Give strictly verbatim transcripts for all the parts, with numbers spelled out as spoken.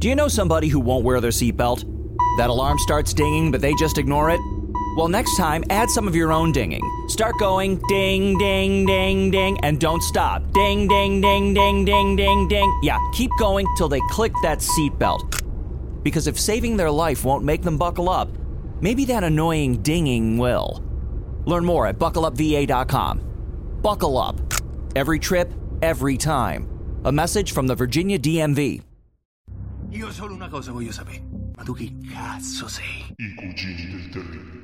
Do you know somebody who won't wear their seatbelt? That alarm starts dinging, but they just ignore it? Well, next time, add some of your own dinging. Start going ding, ding, ding, ding, and don't stop. Ding, ding, ding, ding, ding, ding, ding. Yeah, keep going till they click that seatbelt. Because if saving their life won't make them buckle up, maybe that annoying dinging will. Learn more at buckle up v a dot com. Buckle up. Every trip, every time. A message from the Virginia D M V. Io solo una cosa voglio sapere. Ma tu chi cazzo sei? I cugini del terribile.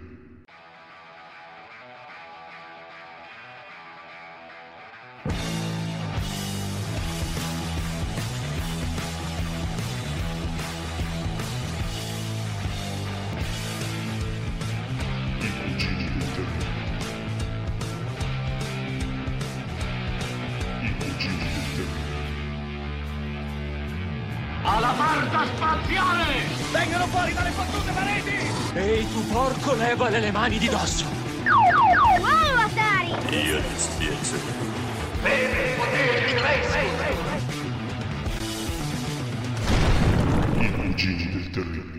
Alla porta spaziale! Vengono fuori dalle fottute pareti! Ehi, tu porco, levale le mani di dosso! Wow, Atari! Io ti spiezzo. Bene, poteri, I cugini del terribile.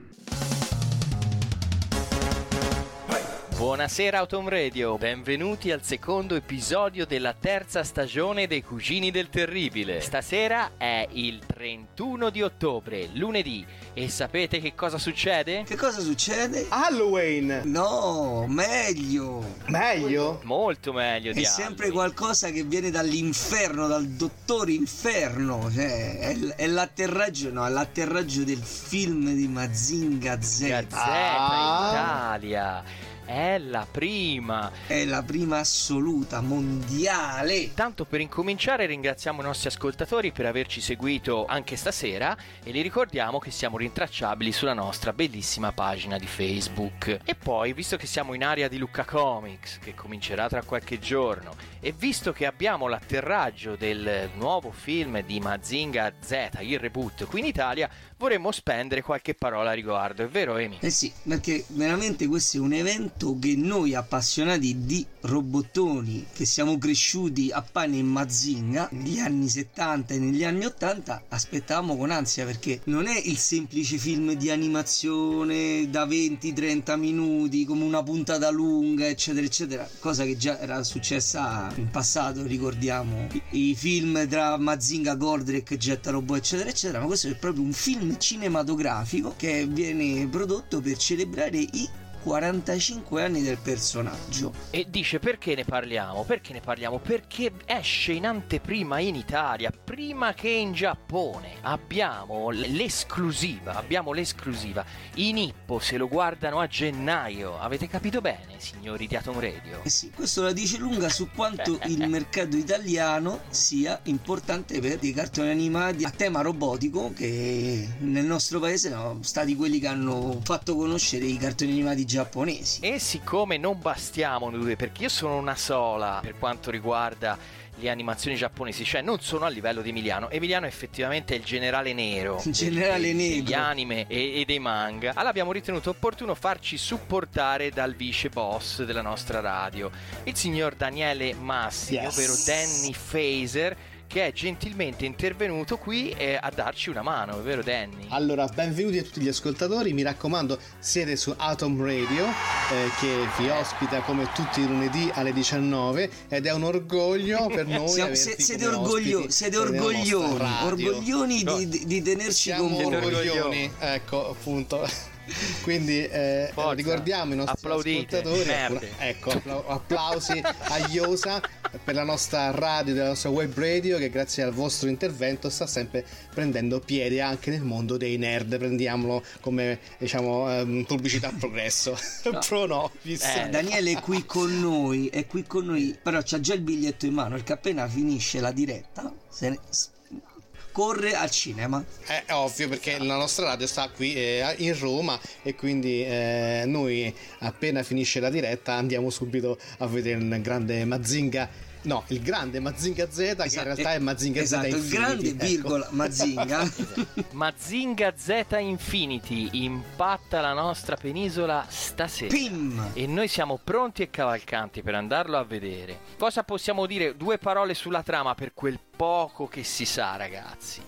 Buonasera Autumn Radio, benvenuti al secondo episodio della terza stagione dei Cugini del Terribile. Stasera è il trentuno di ottobre, lunedì, e sapete che cosa succede? Che cosa succede? Halloween! No, meglio! Meglio? Molto meglio di È sempre Halloween. qualcosa che viene dall'inferno, dal dottore Inferno. Cioè, è, l- è l'atterraggio, no, è l'atterraggio del film di Mazinga Z. Gazzetta Ah. Italia. È la prima. È la prima assoluta, mondiale. Tanto per incominciare ringraziamo i nostri ascoltatori per averci seguito anche stasera e li ricordiamo che siamo rintracciabili sulla nostra bellissima pagina di Facebook. E poi, visto che siamo in area di Lucca Comics, che comincerà tra qualche giorno, e visto che abbiamo l'atterraggio del nuovo film di Mazinga Z, il reboot, qui in Italia, vorremmo spendere qualche parola a riguardo, è vero Emi? Eh sì, perché veramente questo è un evento che noi appassionati di robottoni, che siamo cresciuti a pane in Mazinga negli anni settanta e negli anni ottanta, aspettavamo con ansia, perché non è il semplice film di animazione da venti trenta minuti come una puntata lunga eccetera eccetera, cosa che già era successa in passato, ricordiamo i, i film tra Mazinga, Goldrake, Jet Robot eccetera eccetera, ma questo è proprio un film cinematografico che viene prodotto per celebrare i quarantacinque anni del personaggio. E dice perché ne parliamo? Perché ne parliamo? Perché esce in anteprima in Italia, prima che in Giappone. Abbiamo l'esclusiva, abbiamo l'esclusiva. I Nippo se lo guardano a gennaio. Avete capito bene, signori di Atom Radio? Eh sì, questo la dice lunga su quanto il mercato italiano sia importante per dei cartoni animati a tema robotico, che nel nostro paese sono stati quelli che hanno fatto conoscere i cartoni animati giapponesi. E siccome non bastiamo noi due, perché io sono una sola per quanto riguarda le animazioni giapponesi, cioè non sono a livello di Emiliano. Emiliano effettivamente è il generale nero, Il generale dei- negro. degli anime e, e dei manga. Allora abbiamo ritenuto opportuno farci supportare dal vice boss della nostra radio, il signor Daniele Massi, Yes. ovvero Danny Phaser, che è gentilmente intervenuto qui eh, a darci una mano, è vero Danny? Allora, benvenuti a tutti gli ascoltatori, mi raccomando, siete su Atom Radio, eh, che vi ospita come tutti i lunedì alle diciannove, ed è un orgoglio per noi Siamo- averti se- siete come orgoglio- ospiti siete nella nostra orgoglioni, radio. orgoglioni No, di, di- di tenerci siamo con voi. orgoglioni, ecco appunto. Quindi eh, Forza, ricordiamo i nostri applaudite, ascoltatori, merde. ecco, appla- applausi a Iosa per la nostra radio, della nostra web radio, che grazie al vostro intervento sta sempre prendendo piede anche nel mondo dei nerd. Prendiamolo come, diciamo, ehm, pubblicità a progresso. Pro nobis. Eh, Daniele è qui con noi, è qui con noi, però c'ha già il biglietto in mano, perché appena finisce la diretta se ne s- corre al cinema. È ovvio, perché la nostra radio sta qui eh, in Roma, e quindi eh, noi appena finisce la diretta andiamo subito a vedere un grande Mazinga. No, il grande Mazinga Z, che in Esatto, realtà è Mazinga esatto, Z il Infinity, grande ecco. virgola Mazinga. Mazinga Z Infinity impatta la nostra penisola stasera. Pim! E noi siamo pronti e cavalcanti per andarlo a vedere. Cosa possiamo dire? Due parole sulla trama per quel poco che si sa, ragazzi.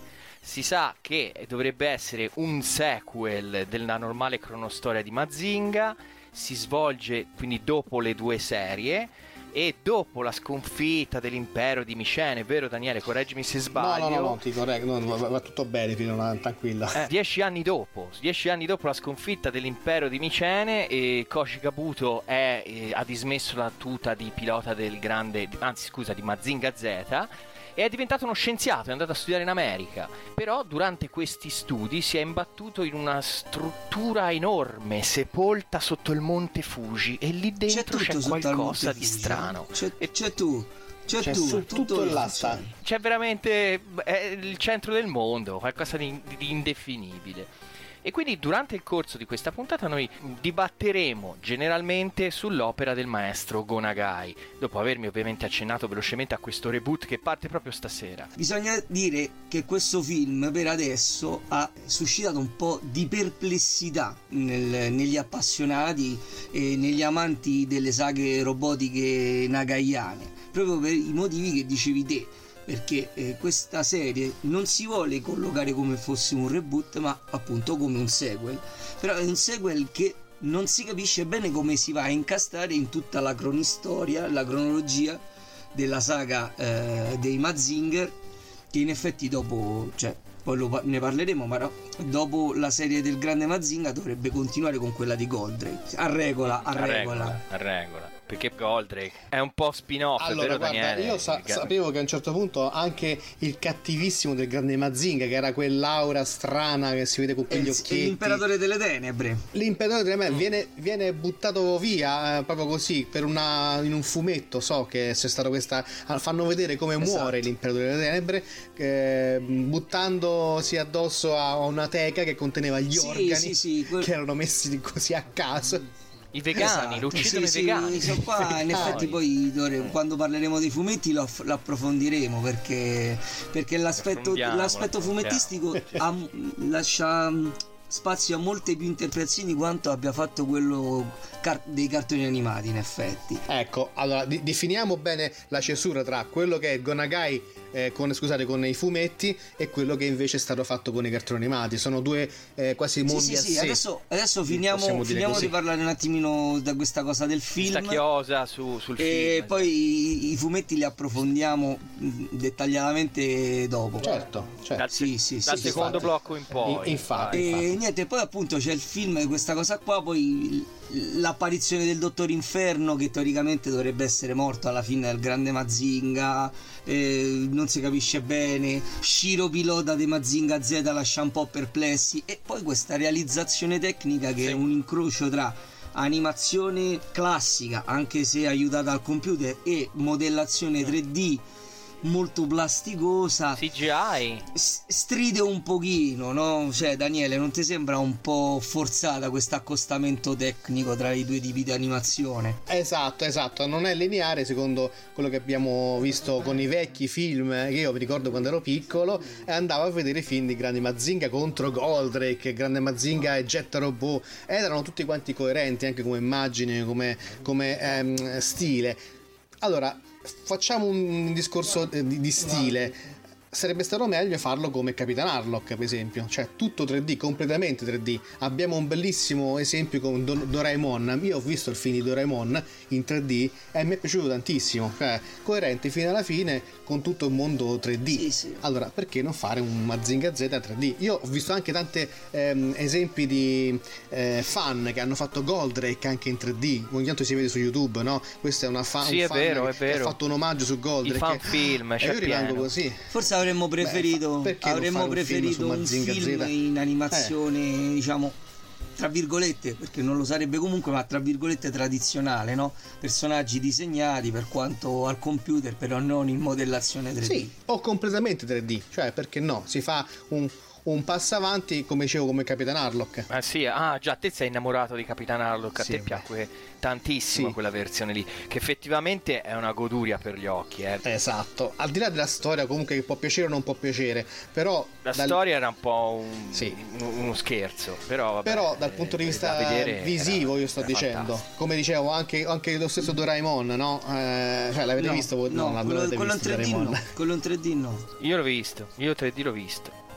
Si sa che dovrebbe essere un sequel della normale cronostoria di Mazinga, si svolge quindi dopo le due serie e dopo la sconfitta dell'impero di Micene, vero Daniele? Correggimi se sbaglio. No, no, no, no ti correggo, no, va, va tutto bene, fino a, tranquilla. Eh, dieci anni dopo, dieci anni dopo la sconfitta dell'impero di Micene, e Koji Kabuto è, eh, ha dismesso la tuta di pilota del grande, anzi scusa, di Mazinga Z, e è diventato uno scienziato, è andato a studiare in America. Però durante questi studi si è imbattuto in una struttura enorme, sepolta sotto il monte Fuji, e lì dentro c'è, c'è qualcosa di Fuji, strano. C'è, c'è tu, c'è, c'è tu, tutto, tutto là sta. C'è veramente, è il centro del mondo, qualcosa di, di indefinibile. E quindi durante il corso di questa puntata noi dibatteremo generalmente sull'opera del maestro Go Nagai, dopo avermi ovviamente accennato velocemente a questo reboot che parte proprio stasera. Bisogna dire che questo film per adesso ha suscitato un po' di perplessità nel, negli appassionati e negli amanti delle saghe robotiche nagaiane, proprio per i motivi che dicevi te. Perché eh, questa serie non si vuole collocare come fosse un reboot, ma appunto come un sequel. Però è un sequel che non si capisce bene come si va a incastrare in tutta la cronistoria, la cronologia della saga eh, dei Mazinger, che in effetti dopo, cioè poi lo, ne parleremo, ma dopo la serie del grande Mazinga dovrebbe continuare con quella di Goldrake. A regola, a, a regola. regola. A regola. Perché Goldrake è un po' spin-off, allora, vero guarda, Daniele? Io sa- sapevo che a un certo punto anche il cattivissimo del grande Mazinga, che era quell'aura strana che si vede con quegli occhietti, l'imperatore delle tenebre, l'imperatore delle tenebre, mm. viene, viene buttato via eh, proprio così per una, in un fumetto. So che c'è stato questa, fanno vedere come esatto. muore l'imperatore delle tenebre eh, buttandosi addosso a una teca che conteneva gli sì, organi sì, sì, quel... che erano messi così a caso. I vegani, esatto, lo uccidono sì, i vegani. Sì, qua in effetti poi dovre, quando parleremo dei fumetti lo, lo approfondiremo, perché, perché l'aspetto, l'aspetto fumettistico ha, lascia spazio a molte più interpretazioni quanto abbia fatto quello car- dei cartoni animati, in effetti. Ecco, allora di- definiamo bene la cesura tra quello che è Go Nagai eh, con, scusate, con i fumetti e quello che invece è stato fatto con i cartoni animati. Sono due eh, quasi mondi sì, sì, a sì. sé. Adesso, adesso finiamo, finiamo di parlare un attimino da questa cosa del film. Questa chiosa su, sul e film. poi i, i fumetti li approfondiamo dettagliatamente dopo. Certo, certo. Dal, sì, sì, dal sì, secondo infatti. blocco in poi. In, infatti, e infatti. niente, poi appunto c'è il film, questa cosa qua, poi l'apparizione del Dottor Inferno, che teoricamente dovrebbe essere morto alla fine del grande Mazinga, eh, non si capisce bene. Shiro pilota di Mazinga Z lascia un po' perplessi, e poi questa realizzazione tecnica che sì. è un incrocio tra animazione classica, anche se aiutata al computer, e modellazione tre D molto plasticosa, C G I, S- stride un pochino, no? Cioè, Daniele, non ti sembra un po' forzata questo accostamento tecnico tra i due tipi di animazione? Esatto, esatto, non è lineare secondo quello che abbiamo visto con i vecchi film che io mi ricordo quando ero piccolo e andavo a vedere i film di Grande Mazinga contro Goldrake, Grande Mazinga e Jet Robot, ed erano tutti quanti coerenti anche come immagine, come, come ehm, stile. Allora, facciamo un discorso di, di stile. Sarebbe stato meglio farlo come Capitan Harlock, per esempio, cioè tutto tre D, completamente tre D. Abbiamo un bellissimo esempio con Do- Doraemon. Io ho visto il film di Doraemon in tre D e mi è piaciuto tantissimo, cioè coerente fino alla fine con tutto il mondo tre D. Sì, sì. Allora, perché non fare un Mazinga Z tre D? Io ho visto anche tanti ehm, esempi di eh, fan che hanno fatto Goldrake anche in tre D. Ogni tanto si vede su YouTube, no? Questa è una fa- sì, un è fan vero, che, è vero. che ha fatto un omaggio su Goldrake. I fan film, e c'è io rimango pieno. così. Forse avremmo preferito, Beh, avremmo un preferito film un film, film Z? in animazione, eh. diciamo, tra virgolette, perché non lo sarebbe comunque, ma tra virgolette tradizionale, no? Personaggi disegnati per quanto al computer, però non in modellazione tre D. Sì, o completamente tre D, cioè perché no? Si fa un, un passo avanti, come dicevo, come Capitan Harlock. Ah sì, ah già, te sei innamorato di Capitan Harlock, a Sì, te beh. piacque tantissimo Sì. quella versione lì, che effettivamente è una goduria per gli occhi, eh. Esatto, al di là della storia comunque che può piacere o non può piacere, però La dal, storia era un po' un, Sì. un- uno scherzo, però vabbè, però dal punto di eh, vista da vedere visivo era- io sto era dicendo, fantastico. come dicevo anche, anche lo stesso Doraemon, no? Eh, cioè l'avete No, visto voi? no, non quello, l'avete quello in visto tre D Doraemon. no, quello in tre D no. Io l'ho visto, io tre D l'ho visto.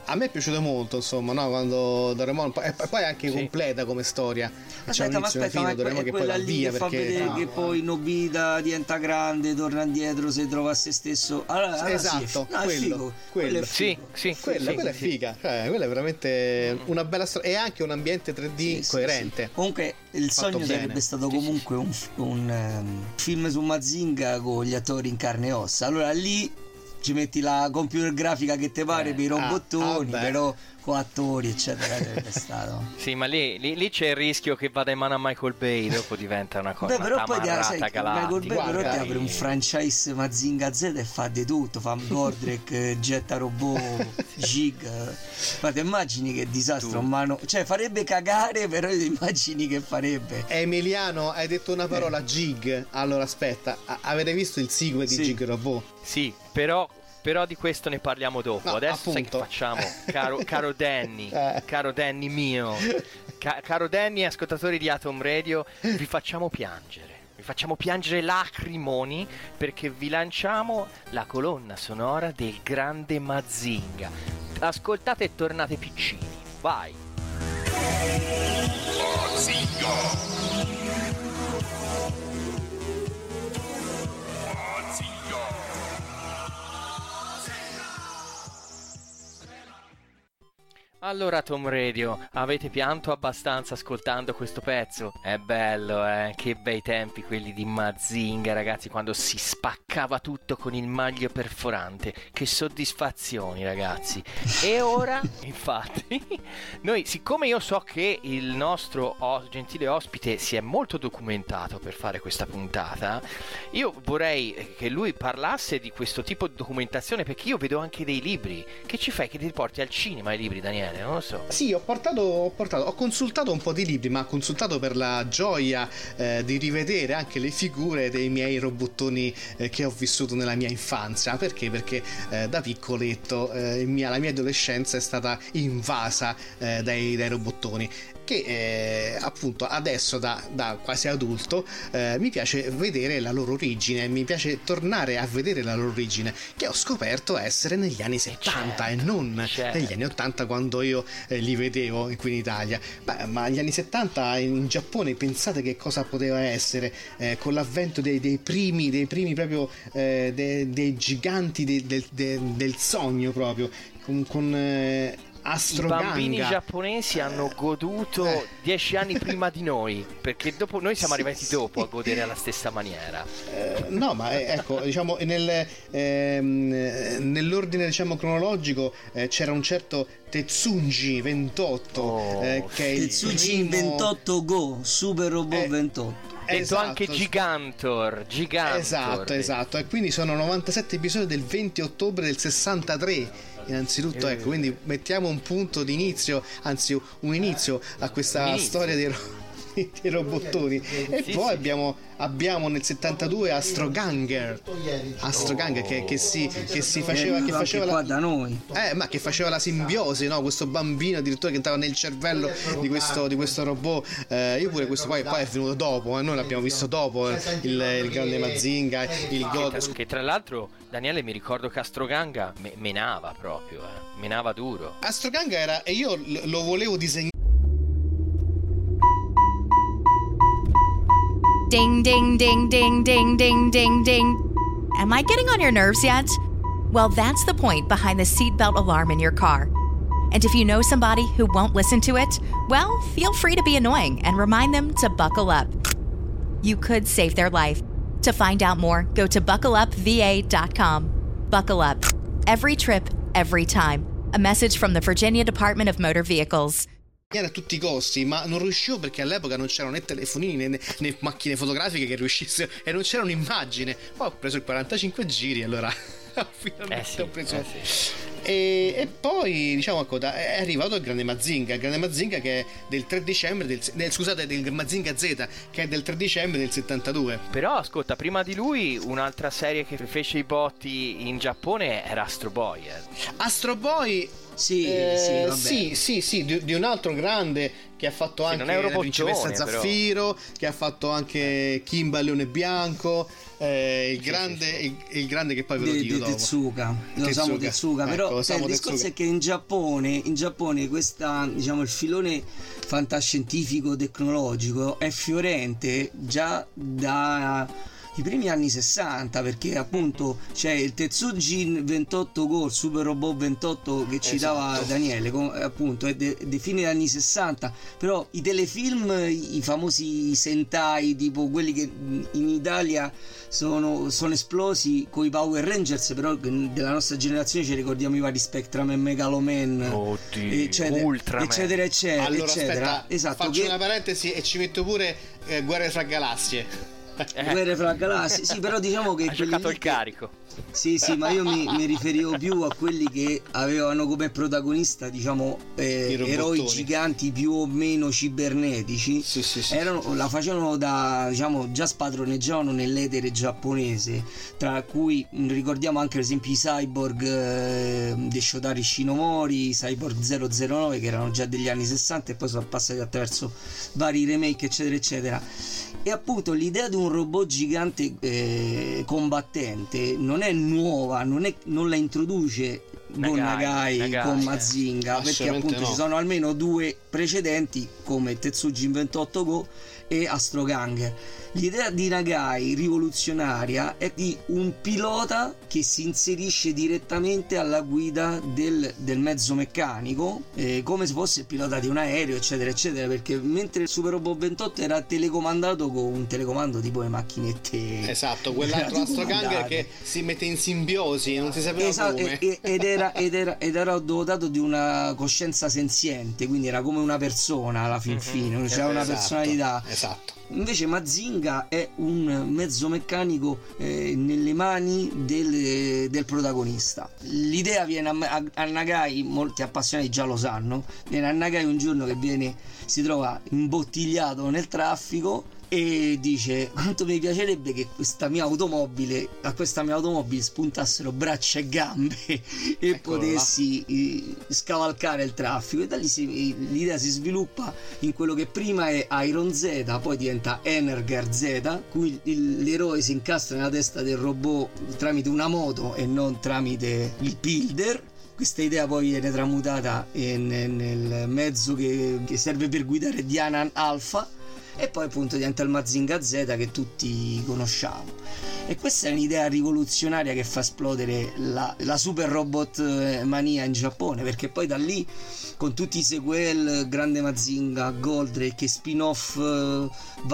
a me è piaciuto molto, insomma, no? Quando Doraemon e poi anche sì. completa come storia. Aspetta, ma aspetta, ma è, Doraemon è che quella poi va lì via che fa perché vedere no, che poi Nobita diventa grande, torna indietro, si trova a se stesso. Allora, allora esatto, sì, no, quello, è figo. quello. È Sì, figo. sì, quella, sì, quella sì. è figa, cioè, quella è veramente una bella storia e anche un ambiente tre D Sì, sì, coerente. sì. Comunque il Fatto sogno bene. sarebbe stato comunque un, un um, film su Mazinga con gli attori in carne e ossa. Allora lì ci metti la computer grafica che te pare Eh, per i robottoni, ah, ah, beh. però con attori eccetera sarebbe stato. Sì, ma lì, lì, lì c'è il rischio che vada in mano a Michael Bay, dopo diventa una cosa Beh, però poi ti, tamarrata, sai, Michael galattica. Bay però ti Guarda, apre un franchise Mazinga Z e fa di tutto, fa Gordrek, Getta Robot, Jig. Ma ti immagini che disastro, Tu. mano, cioè farebbe cagare, però ti immagini che farebbe. Emiliano, hai detto una parola Jig. Allora aspetta, a- avete visto il sequel di Sì. Jig Robot? Sì, però, però di questo ne parliamo dopo. No, Adesso sai che appunto. facciamo? Caro, caro Danny, Eh. caro Danny mio, ca- caro Danny, ascoltatori di Atom Radio, vi facciamo piangere. Vi facciamo piangere lacrimoni perché vi lanciamo la colonna sonora del grande Mazinga. Ascoltate e tornate piccini. Vai. Allora Tom Radio, avete pianto abbastanza ascoltando questo pezzo? È bello, eh? Che bei tempi quelli di Mazinga, ragazzi, quando si spaccava tutto con il maglio perforante. Che soddisfazioni, ragazzi. E ora, infatti, noi, siccome io so che il nostro o- gentile ospite si è molto documentato per fare questa puntata, io vorrei che lui parlasse di questo tipo di documentazione, perché io vedo anche dei libri. Che ci fai? Che ti porti al cinema i libri, Daniele? Non lo so. Sì, ho portato, ho portato, ho consultato un po' di libri, ma ho consultato per la gioia eh, di rivedere anche le figure dei miei robottoni eh, che ho vissuto nella mia infanzia. Perché? Perché eh, da piccoletto eh, il mia- la mia adolescenza è stata invasa eh, dai, dai robottoni. Che eh, appunto adesso da, da quasi adulto eh, mi piace vedere la loro origine, mi piace tornare a vedere la loro origine, che ho scoperto essere negli anni settanta certo, e non certo. negli anni ottanta, quando io eh, li vedevo qui in Italia. Beh, ma gli anni settanta in Giappone, pensate che cosa poteva essere eh, con l'avvento dei, dei primi dei primi proprio eh, dei, dei giganti de, del- de- del sogno, proprio con, con eh, Astro I bambini Ganga. giapponesi hanno goduto Eh. dieci anni prima di noi, perché dopo noi siamo Sì, arrivati sì. dopo a godere alla stessa maniera. Eh, no, ma eh, ecco, diciamo nel, ehm, eh, nell'ordine diciamo cronologico eh, c'era un certo Tetsunji ventotto Oh, eh, che è il Tetsuji primo- ventotto Go, Super Robot Eh, ventotto. Detto esatto, anche Gigantor, Gigantor. Esatto, esatto. E quindi sono novantasette episodi del venti ottobre del sessantatré. Innanzitutto, Eh. ecco, quindi mettiamo un punto di inizio, anzi un inizio a questa Un inizio. storia dei, ro- dei robottoni. E Sì, poi sì. abbiamo, abbiamo nel settantadue Astro Ganger. Astro Ganger che, che si, che si faceva, che Anche faceva qua la, da noi. eh, ma che faceva la simbiosi, no? Questo bambino addirittura che entrava nel cervello di questo, di questo robot. Eh, io pure questo poi, poi è venuto dopo, eh, noi l'abbiamo visto dopo, eh, il, il grande Mazinga, il God. Che tra l'altro, Daniele, mi ricordo che Astroganga me- menava proprio, eh. menava duro. Astro Ganga era, e io l- lo volevo disegnare. Ding, ding, ding, ding, ding, ding, ding, ding. Am I getting on your nerves yet? Well, that's the point behind the seatbelt alarm in your car. And if you know somebody who won't listen to it, well, feel free to be annoying and remind them to buckle up. You could save their life. To find out more, go to buckle up v a dot com. Buckle up. Every trip, every time. A message from the Virginia Department of Motor Vehicles. A tutti i costi, ma non riuscivo perché all'epoca non c'erano né telefonini né, né- né macchine fotografiche che riuscissero, e non c'era un'immagine. Poi ho preso il quarantacinque giri, allora finalmente Eh sì, ho preso. eh sì. E, e poi diciamo ecco, da- è arrivato il grande Mazinga, il grande Mazinga che è del tre dicembre del, del- scusate, del Mazinga Z, che è del tre dicembre del settantadue. Però ascolta, prima di lui un'altra serie che fece i botti in Giappone era Astro Boy. Eh. Astro Boy Sì, eh, sì, vabbè. sì, sì, sì, di, di un altro grande che ha fatto Sì, anche non è un la principessa robottone, Zaffiro, però. Che ha fatto anche Kimba Leone Bianco, eh, il, sì, grande, sì, sì. Il, il grande che poi ve lo di, dico di dopo. Tetsuka, lo Osamu Tezuka, ecco, però Osamu cioè, il discorso Tezuka. è che in Giappone, in Giappone questa, diciamo, il filone fantascientifico tecnologico è fiorente già da i primi anni sessanta, perché appunto c'è il Tetsujin ventotto Go, il Super Robot ventotto che citava Esatto. Daniele, com- appunto è de- dei fine degli anni sessanta, però i telefilm, i famosi Sentai, tipo quelli che in Italia sono, sono esplosi con i Power Rangers, però della nostra generazione ci ricordiamo i vari Spectrum e Megaloman, Oddio, eccetera, Ultraman. eccetera, eccetera, Allora eccetera. aspetta, Esatto, faccio che... una parentesi e ci metto pure eh, Guerre fra galassie. Guerre fra galassie, sì, però diciamo che Ha quelli giocato lì il che- carico. Sì, sì, ma io mi, mi riferivo più a quelli che avevano come protagonista, diciamo, eh, I robottoni. eroi giganti più o meno cibernetici. Sì, sì, sì. Erano, la facevano da, diciamo, già spadroneggiavano nell'etere giapponese, tra cui mh, ricordiamo anche ad esempio i cyborg eh, dei Shotari Shinomori, i cyborg zero zero nove che erano già degli anni sessanta e poi sono passati attraverso vari remake, eccetera, eccetera. E appunto l'idea di un robot gigante eh, combattente non è nuova, non, è, non la introduce Go Nagai, Nagai, Nagai, con eh. Mazinga, perché Assolutamente appunto no. ci sono almeno due precedenti come Tetsujin ventotto Go e Astro Gang. L'idea di Nagai rivoluzionaria è di un pilota che si inserisce direttamente alla guida del, del mezzo meccanico, eh, come se fosse il pilota di un aereo, eccetera, eccetera, perché mentre il Super Robot ventotto era telecomandato con un telecomando tipo le macchinette. Esatto, quell'altro Astro Gang telecomandate. che si mette in simbiosi e non si sapeva Esatto, come. e- ed, era, ed, era, ed era dotato di una coscienza senziente, quindi era come una persona alla fin fine, non c'era una Esatto, personalità. Esatto. Invece Mazinga è un mezzo meccanico eh, nelle mani del, del protagonista. L'idea viene a, a, a Nagai, molti appassionati già lo sanno, viene a Nagai un giorno che viene, si trova imbottigliato nel traffico e dice: quanto mi piacerebbe che questa mia automobile, a questa mia automobile spuntassero braccia e gambe e Eccolo potessi eh, scavalcare il traffico. E da lì si, l'idea si sviluppa in quello che prima è Iron Z, poi diventa Energer Z, cui il, l'eroe si incastra nella testa del robot tramite una moto e non tramite il builder. Questa idea poi viene tramutata in, nel mezzo che, che serve per guidare Diana Alpha, e poi appunto diventa il Mazinga Z che tutti conosciamo. E questa è un'idea rivoluzionaria che fa esplodere la, la super robot mania in Giappone, perché poi da lì, con tutti i sequel, Grande Mazinga, Goldrake e spin-off eh,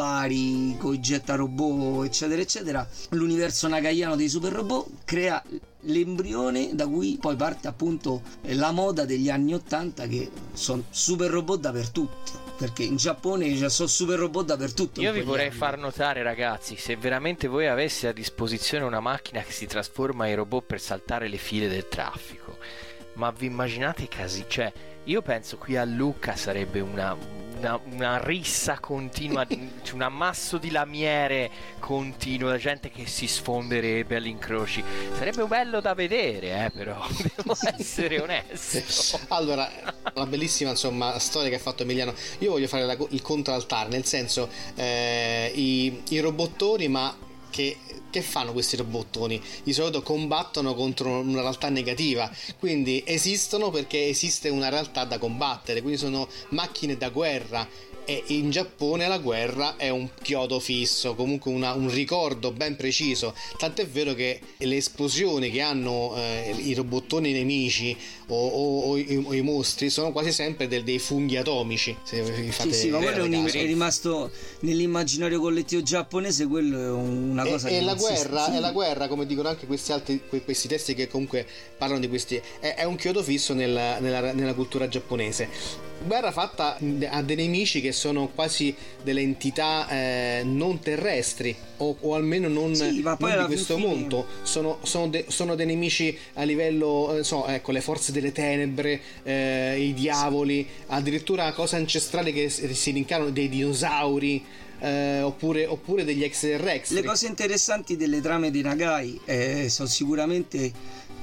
vari con i Getta Robot, eccetera eccetera, l'universo nagaiano dei super robot crea l'embrione da cui poi parte appunto la moda degli anni ottanta, che sono super robot dappertutto, perché in Giappone ci sono super robot dappertutto. Io vi vorrei anni. far notare, ragazzi, se veramente voi aveste a disposizione una macchina che si trasforma in robot per saltare le file del traffico, ma vi immaginate i casi? Cioè, io penso qui a Lucca sarebbe una, una, una rissa continua, un ammasso di lamiere continuo, la gente che si sfonderebbe agli incroci. Sarebbe bello da vedere, eh, però devo essere onesto. Allora, la bellissima insomma storia che ha fatto Emiliano. Io voglio fare la, il contraltare, nel senso eh, i, i robottoni, ma che, che fanno questi robottoni? Di solito combattono contro una realtà negativa, quindi esistono perché esiste una realtà da combattere, quindi sono macchine da guerra. E in Giappone la guerra è un chiodo fisso, comunque una, un ricordo ben preciso, tant'è vero che le esplosioni che hanno eh, i robottoni nemici o, o, o, i, o i mostri sono quasi sempre del, dei funghi atomici, se vi fate sì, sì, ma quello è, un, caso. è rimasto nell'immaginario collettivo giapponese, quello è una cosa e, che e la non si- guerra sì. è la guerra, come dicono anche questi altri questi testi che comunque parlano di questi, è, è un chiodo fisso nella, nella, nella cultura giapponese. Guerra fatta a dei nemici che sono quasi delle entità eh, non terrestri o, o almeno non, Sì, ma poi non di alla questo fine- mondo, sono, sono, de, sono dei nemici a livello eh, so, ecco, le forze delle tenebre, eh, i diavoli, addirittura cose ancestrali che si si rincarano, dei dinosauri, eh, oppure, oppure degli extraterrestri. Le cose interessanti delle trame di Nagai eh, sono sicuramente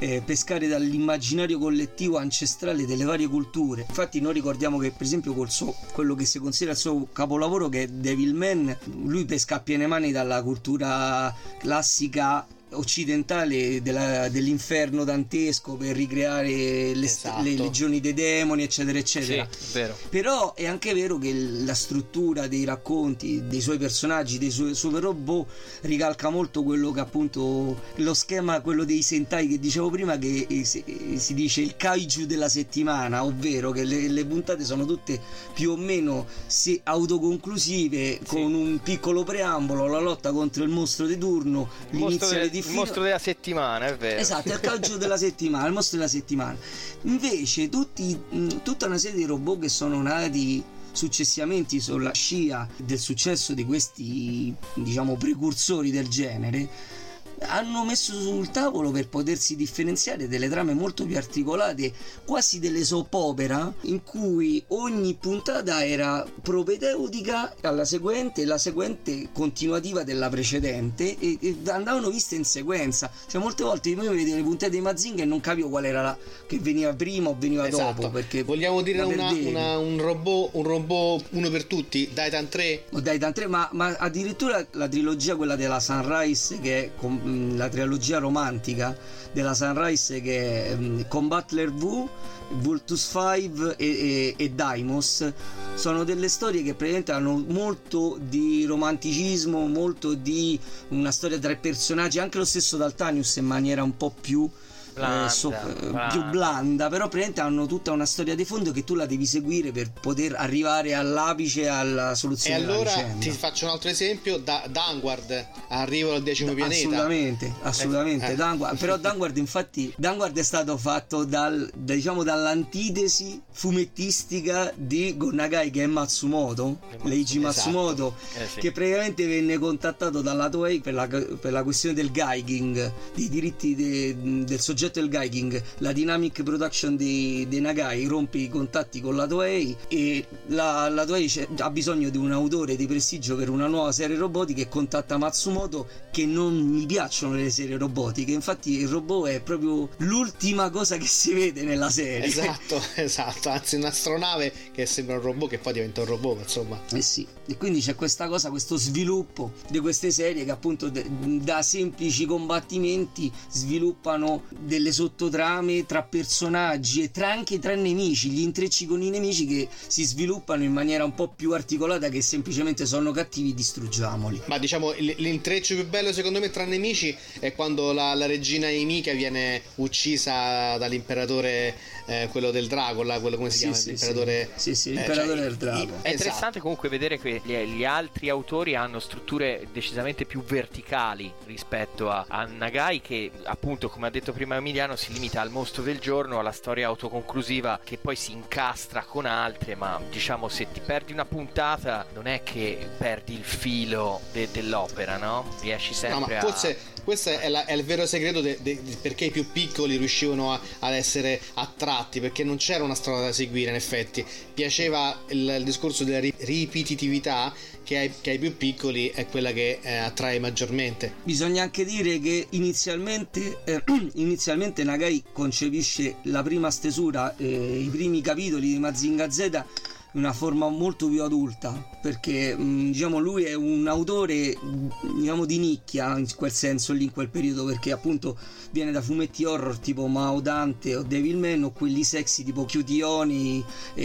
eh, pescare dall'immaginario collettivo ancestrale delle varie culture. Infatti noi ricordiamo che per esempio col suo, quello che si considera il suo capolavoro, che è Devilman, lui pesca a piene mani dalla cultura classica occidentale della, dell'inferno dantesco per ricreare le, esatto. le legioni dei demoni, eccetera eccetera. Sì, vero. Però è anche vero che la struttura dei racconti, dei suoi personaggi, dei suoi super robot ricalca molto quello che appunto lo schema, quello dei Sentai che dicevo prima, che si, si dice il kaiju della settimana, ovvero che le, le puntate sono tutte più o meno se autoconclusive, sì. con un piccolo preambolo, la lotta contro il mostro di turno, l'iniziale di il mostro della settimana, è vero. Esatto, è il kaiju della settimana, il mostro della settimana. Invece tutti, tutta una serie di robot che sono nati successivamente sulla scia del successo di questi, diciamo, precursori del genere, hanno messo sul tavolo, per potersi differenziare, delle trame molto più articolate, quasi delle soap opera, in cui ogni puntata era propedeutica alla seguente, la seguente continuativa della precedente, e, e andavano viste in sequenza. Cioè molte volte io vedevo le puntate di Mazinga e non capivo qual era la che veniva prima o veniva esatto. dopo, perché vogliamo dire una, una, un robot un robot uno per tutti, Daitan tre o Daitan tre, ma, ma addirittura la trilogia, quella della Sunrise, che è com- la trilogia romantica della Sunrise, che è um, Combattler V, Vultus cinque e, e, e Daimos, sono delle storie che praticamente hanno molto di romanticismo, molto di una storia tra i personaggi, anche lo stesso Daltanius in maniera un po' più Blanda, eh, so, blanda. più blanda, però praticamente hanno tutta una storia di fondo che tu la devi seguire per poter arrivare all'apice, alla soluzione. E allora della vicenda. Ti faccio un altro esempio, da Danguard, arrivo al decimo pianeta. Assolutamente, assolutamente. Eh, eh. Danguard, però Danguard, infatti, Danguard è stato fatto dal, da, diciamo, dall'antitesi fumettistica di Go Nagai, che è Matsumoto, Leiji Matsumoto, esatto. eh, sì. che praticamente venne contattato dalla Toei per la, per la questione del gaiging, dei diritti de, del soggetto del gaiging. La Dynamic Production di, di Nagai rompe i contatti con la Toei, e la, la Toei ha bisogno di un autore di prestigio per una nuova serie robotica, e contatta Matsumoto, che non gli piacciono le serie robotiche. Infatti il robot è proprio l'ultima cosa che si vede nella serie. Esatto, esatto, anzi un'astronave che sembra un robot che poi diventa un robot, insomma. Eh sì, e quindi c'è questa cosa, questo sviluppo di queste serie che appunto de, da semplici combattimenti sviluppano delle sottotrame tra personaggi e tra anche tra nemici, gli intrecci con i nemici che si sviluppano in maniera un po' più articolata, che semplicemente sono cattivi, distruggiamoli. Ma diciamo l'intreccio più bello secondo me tra nemici è quando la, la regina Emika viene uccisa dall'imperatore, eh, quello del drago, là, quello come si sì, chiama? Sì, l'imperatore, sì, sì, eh, l'imperatore cioè, del drago. È esatto. interessante comunque vedere che gli, gli altri autori hanno strutture decisamente più verticali rispetto a, a Nagai, che appunto, come ha detto prima Emiliano, si limita al mostro del giorno, alla storia autoconclusiva che poi si incastra con altre, ma diciamo se ti perdi una puntata non è che perdi il filo de- dell'opera, no? Riesci sempre no, ma a... forse questo è, la, è il vero segreto de, de, de, perché i più piccoli riuscivano a, ad essere attratti, perché non c'era una strada da seguire. In effetti piaceva il, il discorso della ri- ripetitività che ai, che ai più piccoli è quella che eh, attrae maggiormente. Bisogna anche dire che inizialmente eh, inizialmente Nagai concepisce la prima stesura, eh, i primi capitoli di Mazinga Z, in una forma molto più adulta, perché mh, diciamo lui è un autore, diciamo, di nicchia in quel senso lì, in quel periodo, perché appunto viene da fumetti horror tipo Mao Dante o Devilman, o quelli sexy tipo Chiutioni,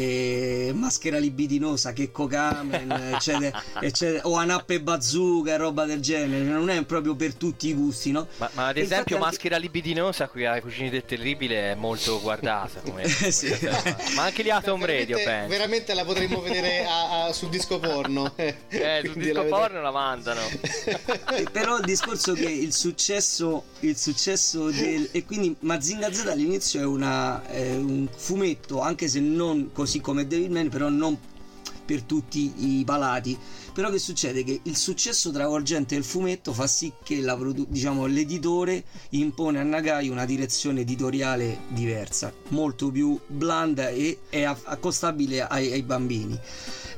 eh, Maschera Libidinosa, Checco Kamen, eccetera, eccetera, o Anappe Bazooka e roba del genere. Non è proprio per tutti i gusti, no? Ma, ma ad e esempio anche... Maschera Libidinosa qui ai Cugini del Terribile è molto guardata come, come sì. ma anche gli Atom Radio, penso. Veramente la potremmo vedere a, a, sul disco porno. Eh, sul disco la porno la mandano. Però il discorso che il successo il successo del, e quindi Mazinga Z all'inizio è, una, è un fumetto, anche se non così come Devilman, però non per tutti i palati. Però che succede? Che il successo travolgente del fumetto fa sì che la, diciamo, l'editore impone a Nagai una direzione editoriale diversa, molto più blanda e è accostabile ai, ai bambini.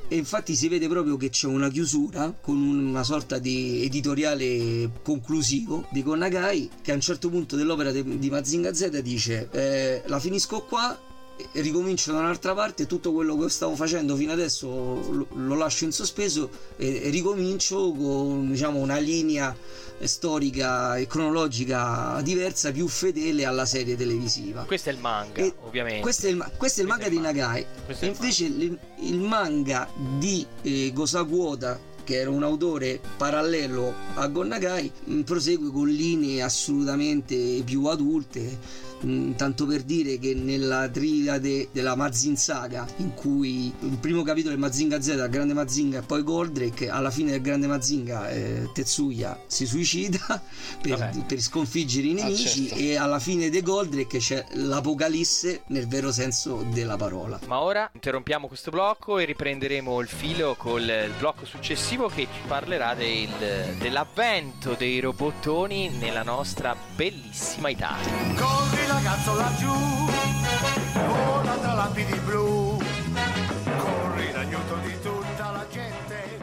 e infatti si vede proprio che c'è una chiusura con una sorta di editoriale conclusivo di Go Nagai, che a un certo punto dell'opera de, di Mazinga Z dice eh, la finisco qua, ricomincio da un'altra parte, tutto quello che stavo facendo fino adesso lo, lo lascio in sospeso e, e ricomincio con, diciamo, una linea storica e cronologica diversa, più fedele alla serie televisiva. Questo è il manga, e ovviamente. Questo è il, questo è il questo manga è il di manga. Nagai. E invece il, il manga di eh, Gosaku Oda, che era un autore parallelo a Go Nagai, mh, prosegue con linee assolutamente più adulte. Mm, tanto per dire che nella triade della Mazin Saga, in cui il primo capitolo è Mazinga Z, Grande Mazinga e poi Goldrake, alla fine del Grande Mazinga eh, Tetsuya si suicida per, per sconfiggere i nemici, ah, certo. E alla fine di Goldrake c'è l'apocalisse nel vero senso della parola. Ma ora interrompiamo questo blocco e riprenderemo il filo col blocco successivo, che ci parlerà del, dell'avvento dei robottoni nella nostra bellissima Italia. Corri ragazzo laggiù, vola tra lapidi blu, corri l'aiuto di tutta la gente.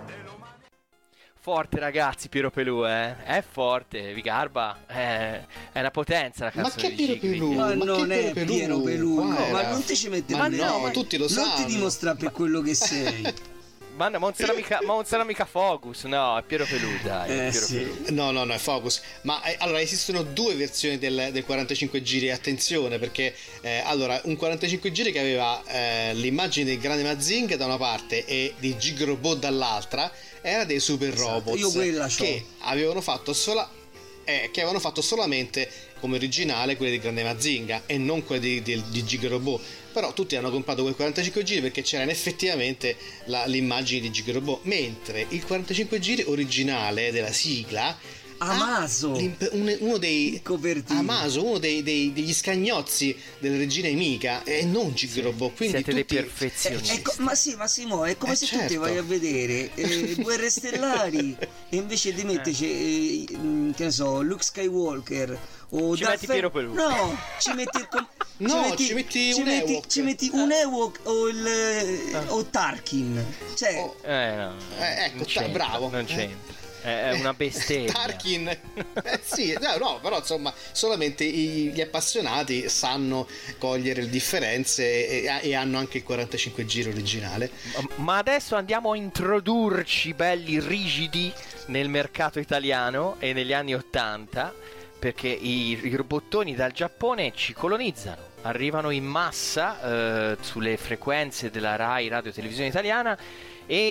Forte ragazzi, Piero Pelù, eh? È forte, vi garba, è, è una potenza la canzone. Ma che Piero Pelù? Ma, ma non che è Piero Pelù, no, ma non ti ci metti ma a no, ma tutti lo sanno. Non ti dimostra per ma... quello che sei. Ma no, ma non sarà mica, ma non sarà mica Focus, no, è Piero Pelù, dai. Eh, è Piero sì. Pelù. No, no, no, è Focus. Ma eh, allora esistono due versioni del, del quarantacinque giri, attenzione, perché eh, allora un quarantacinque giri che aveva eh, l'immagine del Grande Mazinga da una parte e di Gigrobot dall'altra, era dei super esatto, robots io quella che c'ho. avevano fatto sola eh, che avevano fatto solamente come originale quelli di Grande Mazinga e non quelli di, di, di Gigrobot. Però tutti hanno comprato quel quarantacinque giri perché c'era effettivamente la, l'immagine di Gigrobot, mentre il quarantacinque giri originale della sigla Amaso, un, uno dei Amaso, uno dei, dei, degli scagnozzi della regina Emica e non Gigrobot. Sì, quindi siete tutti... dei perfezionisti. Eh, ecco, ma sì, ma Simo, è come eh, se certo. tu ti vai a vedere eh, Guerre Stellari e invece di metterci eh, che ne so, Luke Skywalker o ci metti Piero Pelù. No, ci metti il com- no, ci metti, ci metti ci un metti, Ewok. ci metti un Ewok o il ah. o Tarkin. Cioè oh. eh, no, eh, ecco, ta- bravo. Non c'entra. È una bestemmia. Tarkin. Eh, sì, no, no, però insomma, solamente i, gli appassionati sanno cogliere le differenze e, e hanno anche il quarantacinque giri originale. Ma adesso andiamo a introdurci belli rigidi nel mercato italiano e negli anni ottanta, perché i, i robottoni dal Giappone ci colonizzano, arrivano in massa eh, sulle frequenze della Rai Radio Televisione Italiana e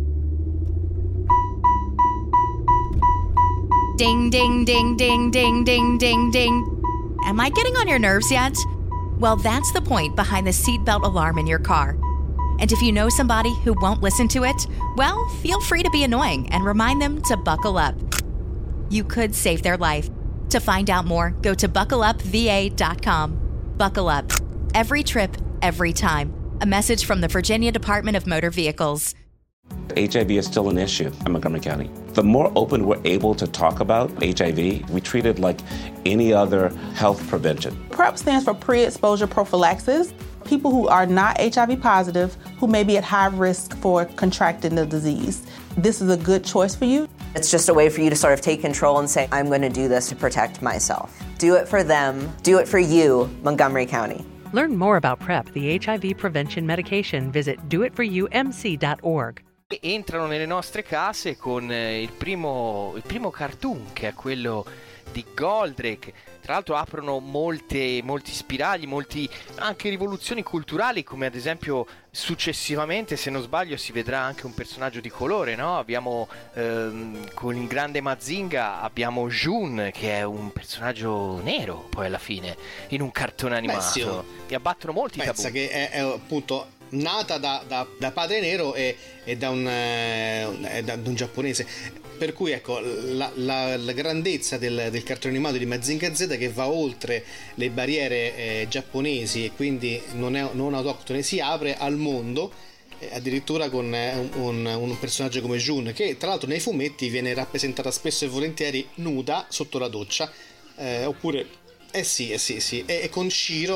Ding, ding, ding, ding, ding, ding, ding, ding. Am I getting on your nerves yet? Well, that's the point behind the seatbelt alarm in your car. And if you know somebody who won't listen to it, well, feel free to be annoying and remind them to buckle up. You could save their life. To find out more, go to buckle up v a dot com. Buckle up. Every trip, every time. A message from the Virginia Department of Motor Vehicles. H I V is still an issue in Montgomery County. The more open we're able to talk about H I V, we treat it like any other health prevention. PrEP stands for pre-exposure prophylaxis. People who are not H I V positive, who may be at high risk for contracting the disease. This is a good choice for you. It's just a way for you to sort of take control and say, I'm going to do this to protect myself. Do it for them. Do it for you, Montgomery County. Learn more about PrEP, the H I V prevention medication. Visit do it for you m c dot org. Entrano nelle nostre case con eh, il primo il primo cartoon, che è quello di Goldrake. Tra l'altro aprono molte, molti spiragli, molti anche rivoluzioni culturali, come ad esempio successivamente, se non sbaglio, si vedrà anche un personaggio di colore, no? Abbiamo ehm, con il Grande Mazinga abbiamo Jun, che è un personaggio nero poi alla fine in un cartone animato. Beh, sì, e abbattono molti tabù. Pensa che è, è appunto nata da, da, da padre nero e, e da, un, eh, da un giapponese, per cui ecco la, la, la grandezza del, del cartone animato di Mazinga Z, che va oltre le barriere eh, giapponesi e quindi non è non autoctone, si apre al mondo, eh, addirittura con eh, un, un personaggio come Jun, che tra l'altro nei fumetti viene rappresentata spesso e volentieri nuda sotto la doccia, eh, oppure eh sì, eh sì, sì, e, e con Shiro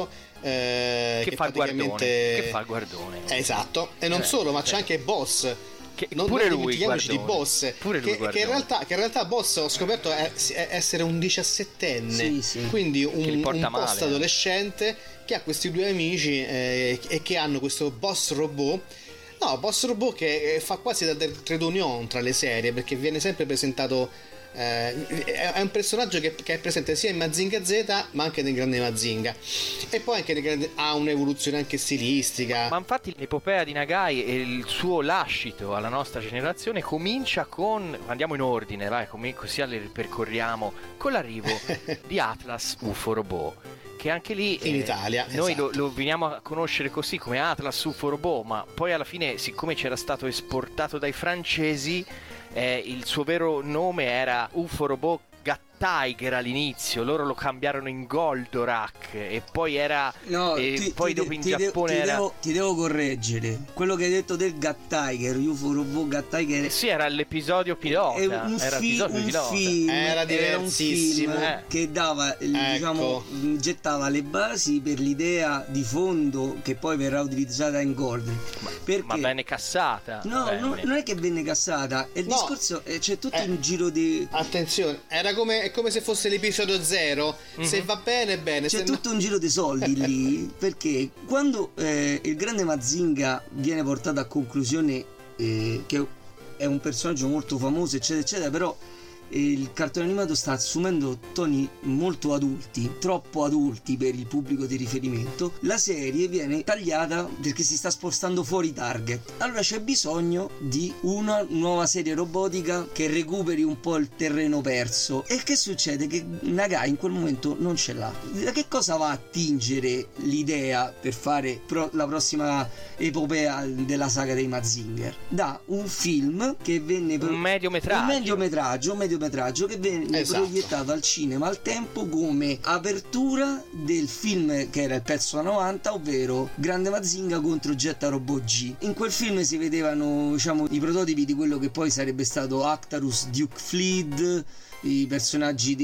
eh, che, che fa il praticamente guardone, che fa il guardone. Esatto, e non Eh, solo, ma sì. c'è anche Boss. Che, non, pure non lui dimentichiamoci di guardone. Boss, Pure lui che, che, in guardone. realtà, che in realtà Boss ho scoperto è- è essere un diciassettenne, Sì, sì. quindi Che un, li porta un male, post eh. adolescente che ha questi due amici eh, e che hanno questo Boss Robot. No, Boss Robot che eh, fa quasi da del trade union tra le serie, perché viene sempre presentato. eh, è è un personaggio che, che è presente sia in Mazinga Z ma anche nel Grande Mazinga, e poi anche nel grande, ha un'evoluzione anche stilistica. Ma infatti l'epopea di Nagai e il suo lascito alla nostra generazione comincia con, andiamo in ordine, vai, come- così le percorriamo, con l'arrivo di Atlas U F O Robot, che anche lì In eh, Italia, noi esatto. lo, lo veniamo a conoscere così come Atlas U F O Robot, ma poi alla fine, siccome c'era stato esportato dai francesi, eh, il suo vero nome era U F O Robot Tiger all'inizio, loro lo cambiarono in Goldorak e poi era No, e ti, poi ti- dopo in ti de- Giappone ti era devo, ti devo correggere. Quello che hai detto del Gat Tiger, U F O Robot Gat Tiger, Eh sì, era l'episodio pilota, è un, era fi- l'episodio un pilota. film, Era un diversissimo. film Eh. che dava, eh, diciamo, mh, gettava le basi per l'idea di fondo che poi verrà utilizzata in Golden. Perché Ma venne cassata. No, venne. no, non è che venne cassata, il No. discorso è, c'è tutto Eh. un giro di Attenzione, era come, è come se fosse l'episodio zero. Se va bene, bene. C'è se tutto un giro di soldi lì, perché quando eh, il grande Mazinga viene portato a conclusione eh, che è un personaggio molto famoso, eccetera, eccetera, però eh, il cartone animato sta assumendo toni molto adulti, troppo adulti per il pubblico di riferimento, la serie viene tagliata perché si sta spostando fuori target. Allora c'è bisogno di una nuova serie robotica che recuperi un po' il terreno perso. E che succede? Che Nagai in quel momento non ce l'ha. Da che cosa va a tingere l'idea per fare pro- la prossima epopea della saga dei Mazinger? Da un film che venne pro- Un mediometraggio. un mediometraggio, un mediometraggio che venne Esatto. proiettato al cinema al tempo come apertura del film che era il pezzo da novanta, ovvero Grande Mazinga contro Jetta Robot G. In quel film si vedevano, diciamo, i prototipi di quello che poi sarebbe stato Actarus Duke Fleet, i personaggi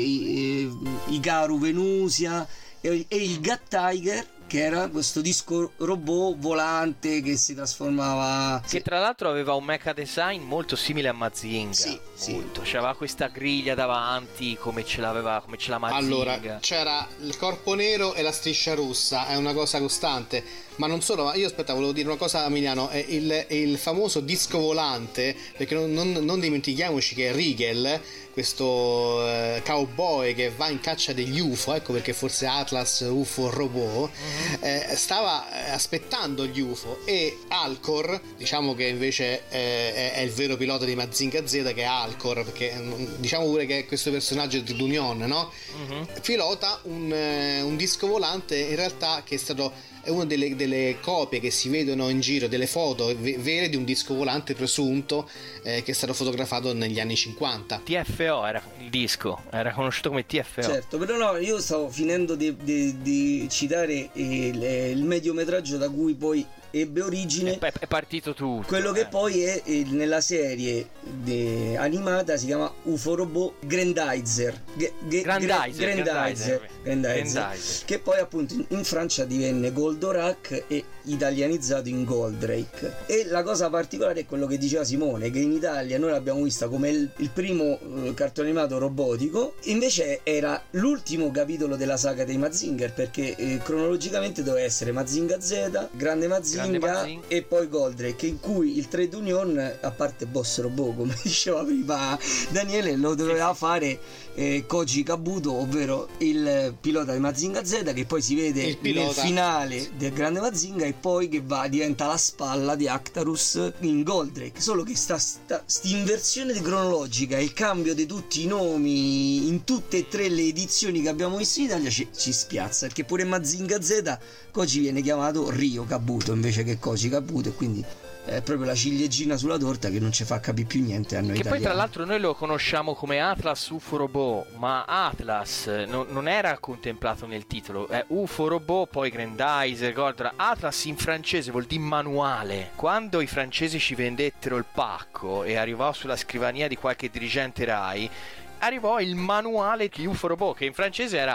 di eh, Ikaru Venusia e, e il Gat Tiger, che era questo disco robot volante che si trasformava. Che tra l'altro aveva un mecha design molto simile a Mazinga. Sì, sì. Molto. C'aveva questa griglia davanti come ce l'aveva, come ce l'ha Mazinga. Allora, c'era il corpo nero e la striscia rossa, è una cosa costante. Ma non solo, ma io aspetta, volevo dire una cosa a Emiliano, è il, il famoso disco volante, perché non, non, non dimentichiamoci che Rigel, questo eh, cowboy che va in caccia degli U F O, ecco perché forse Atlas U F O Robot, eh, stava eh, aspettando gli U F O, e Alcor, diciamo che invece eh, è, è il vero pilota di Mazinga Z, che è Alcor, perché mm, diciamo pure che è questo personaggio di Dunion, no? Mhm. Pilota un, eh, un disco volante in realtà che è stato è una delle, delle copie che si vedono in giro, delle foto ve- vere di un disco volante presunto eh, che è stato fotografato negli anni cinquanta. T F O era il disco, era conosciuto come T F O. Certo, però no, io stavo finendo di, di- di citare il, il mediometraggio da cui poi ebbe origine. È, è partito tutto. Quello eh. che poi è eh, nella serie de- animata si chiama U F O Robot Grandizer. Ge- ge- Grandizer, Grandizer, Grandizer. Grandizer, Grandizer. che poi appunto in, in Francia divenne Goldorak e italianizzato in Goldrake. E la cosa particolare è quello che diceva Simone, che in Italia noi l'abbiamo vista come il, il primo eh, cartone animato robotico, invece era l'ultimo capitolo della saga dei Mazinger, perché eh, cronologicamente doveva essere Mazinga Z, Grande Mazinga, Grande Mazinga. e poi Goldrake, in cui il Trade Union, a parte Boss Robot come diceva prima Daniele, lo doveva fare eh, Koji Kabuto, ovvero il pilota di Mazinga Z, che poi si vede Il nel pilota. finale del Grande Mazinga, e poi che va diventa la spalla di Actarus in Goldrake. Solo che sta sta inversione di cronologica, il cambio di tutti i nomi in tutte e tre le edizioni che abbiamo visto in Italia ci, ci spiazza, perché pure Mazinga Z Koji viene chiamato Ryo Kabuto invece che Koji Kabuto, e quindi è proprio la ciliegina sulla torta che non ci fa capire più niente a noi Che italiani. poi tra l'altro noi lo conosciamo come Atlas U F O Robot, ma Atlas non, non era contemplato nel titolo, è U F O Robot, poi Grandizer, Goldrake. Atlas in francese vuol dire manuale. Quando i francesi ci vendettero il pacco e arrivò sulla scrivania di qualche dirigente Rai, arrivò il manuale di U F O Robot, che in francese era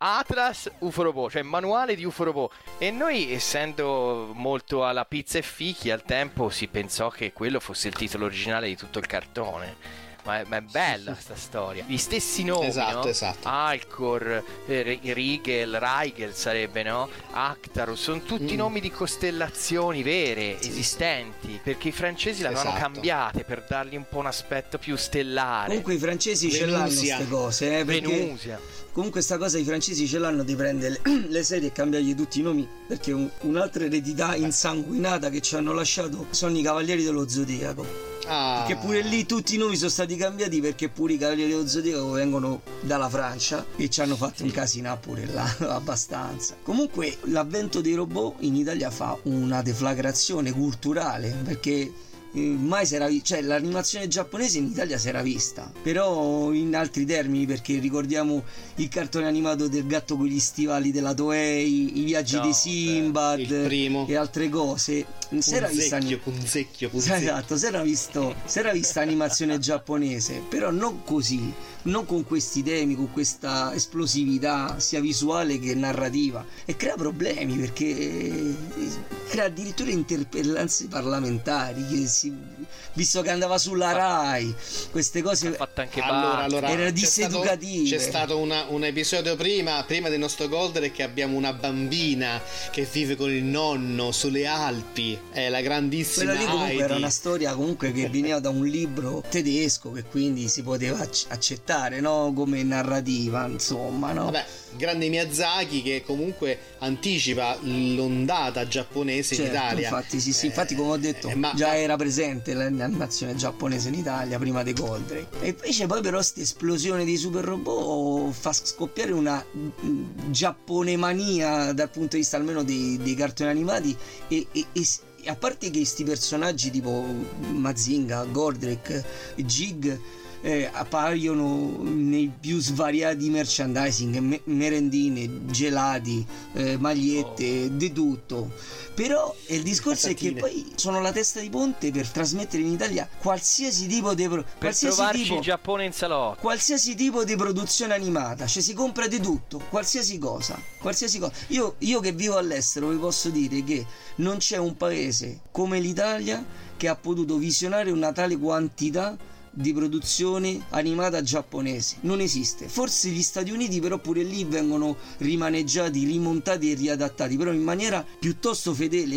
Atlas U F O Robot, cioè manuale di U F O Robot. E noi, essendo molto alla pizza e fichi, al tempo si pensò che quello fosse il titolo originale di tutto il cartone. Ma è, ma è bella sta storia. Gli stessi nomi, esatto, no? esatto. Alcor, eh, Rigel, Rigel sarebbe, no? Actarus, sono tutti mm. nomi di costellazioni vere, esistenti, perché i francesi l'avevano Esatto. cambiate per dargli un po' un aspetto più stellare. Comunque i francesi ce l'hanno queste cose, eh, perché Venusia. comunque sta cosa i francesi ce l'hanno di prendere le, le serie e cambiargli tutti i nomi, perché un, un'altra eredità insanguinata che ci hanno lasciato sono i Cavalieri dello Zodiaco. Ah. Che pure lì tutti i nomi sono stati cambiati, perché pure i Cavalieri dello Zodiaco vengono dalla Francia e ci hanno fatto un casino pure là abbastanza. Comunque l'avvento dei robot in Italia fa una deflagrazione culturale, perché mai si era vi- cioè l'animazione giapponese in Italia si era vista, però in altri termini, perché ricordiamo il cartone animato del gatto con gli stivali della Toei, i viaggi No, di Sinbad il primo. e altre cose. Si era vista Punzecchio, punzecchio, punzecchio. esatto, si era visto si era vista animazione giapponese, però non così, non con questi temi, con questa esplosività sia visuale che narrativa, e crea problemi, perché crea addirittura interpellanze parlamentari, che si, visto che andava sulla Rai, queste cose Fatta anche Allora, allora erano c'è stato, diseducative. c'è stato una- un episodio prima, prima del nostro Goldrake, che abbiamo una bambina che vive con il nonno sulle Alpi. È la grandissima Quella lì comunque Heidi. era una storia comunque che veniva da un libro tedesco, che quindi si poteva ac- accettare, no? Come narrativa, insomma, no? Vabbè, grande Miyazaki, che comunque anticipa l'ondata giapponese Certo, in Italia. infatti, sì, sì, infatti come ho detto, eh, ma- già era presente l'animazione giapponese in Italia prima dei Goldrake. E invece poi però questa esplosione di super robot fa scoppiare una mm, giapponemania dal punto di vista almeno dei, dei cartoni animati, e, e, e s- e a parte che questi personaggi tipo Mazinga, Goldrake, Jig eh, appaiono nei più svariati merchandising, me- merendine, gelati, eh, magliette, Oh. di tutto. Però eh, il discorso è che Patatine. poi sono la testa di ponte per trasmettere in Italia qualsiasi tipo di pro- Per qualsiasi trovarci tipo il Giappone in salotto. qualsiasi tipo di produzione animata, cioè si compra di tutto, qualsiasi cosa, qualsiasi cosa. Io, io che vivo all'estero vi posso dire che non c'è un paese come l'Italia che ha potuto visionare una tale quantità di produzione animata giapponese. Non esiste. Forse gli Stati Uniti, però pure lì vengono rimaneggiati, rimontati e riadattati, però in maniera piuttosto fedele,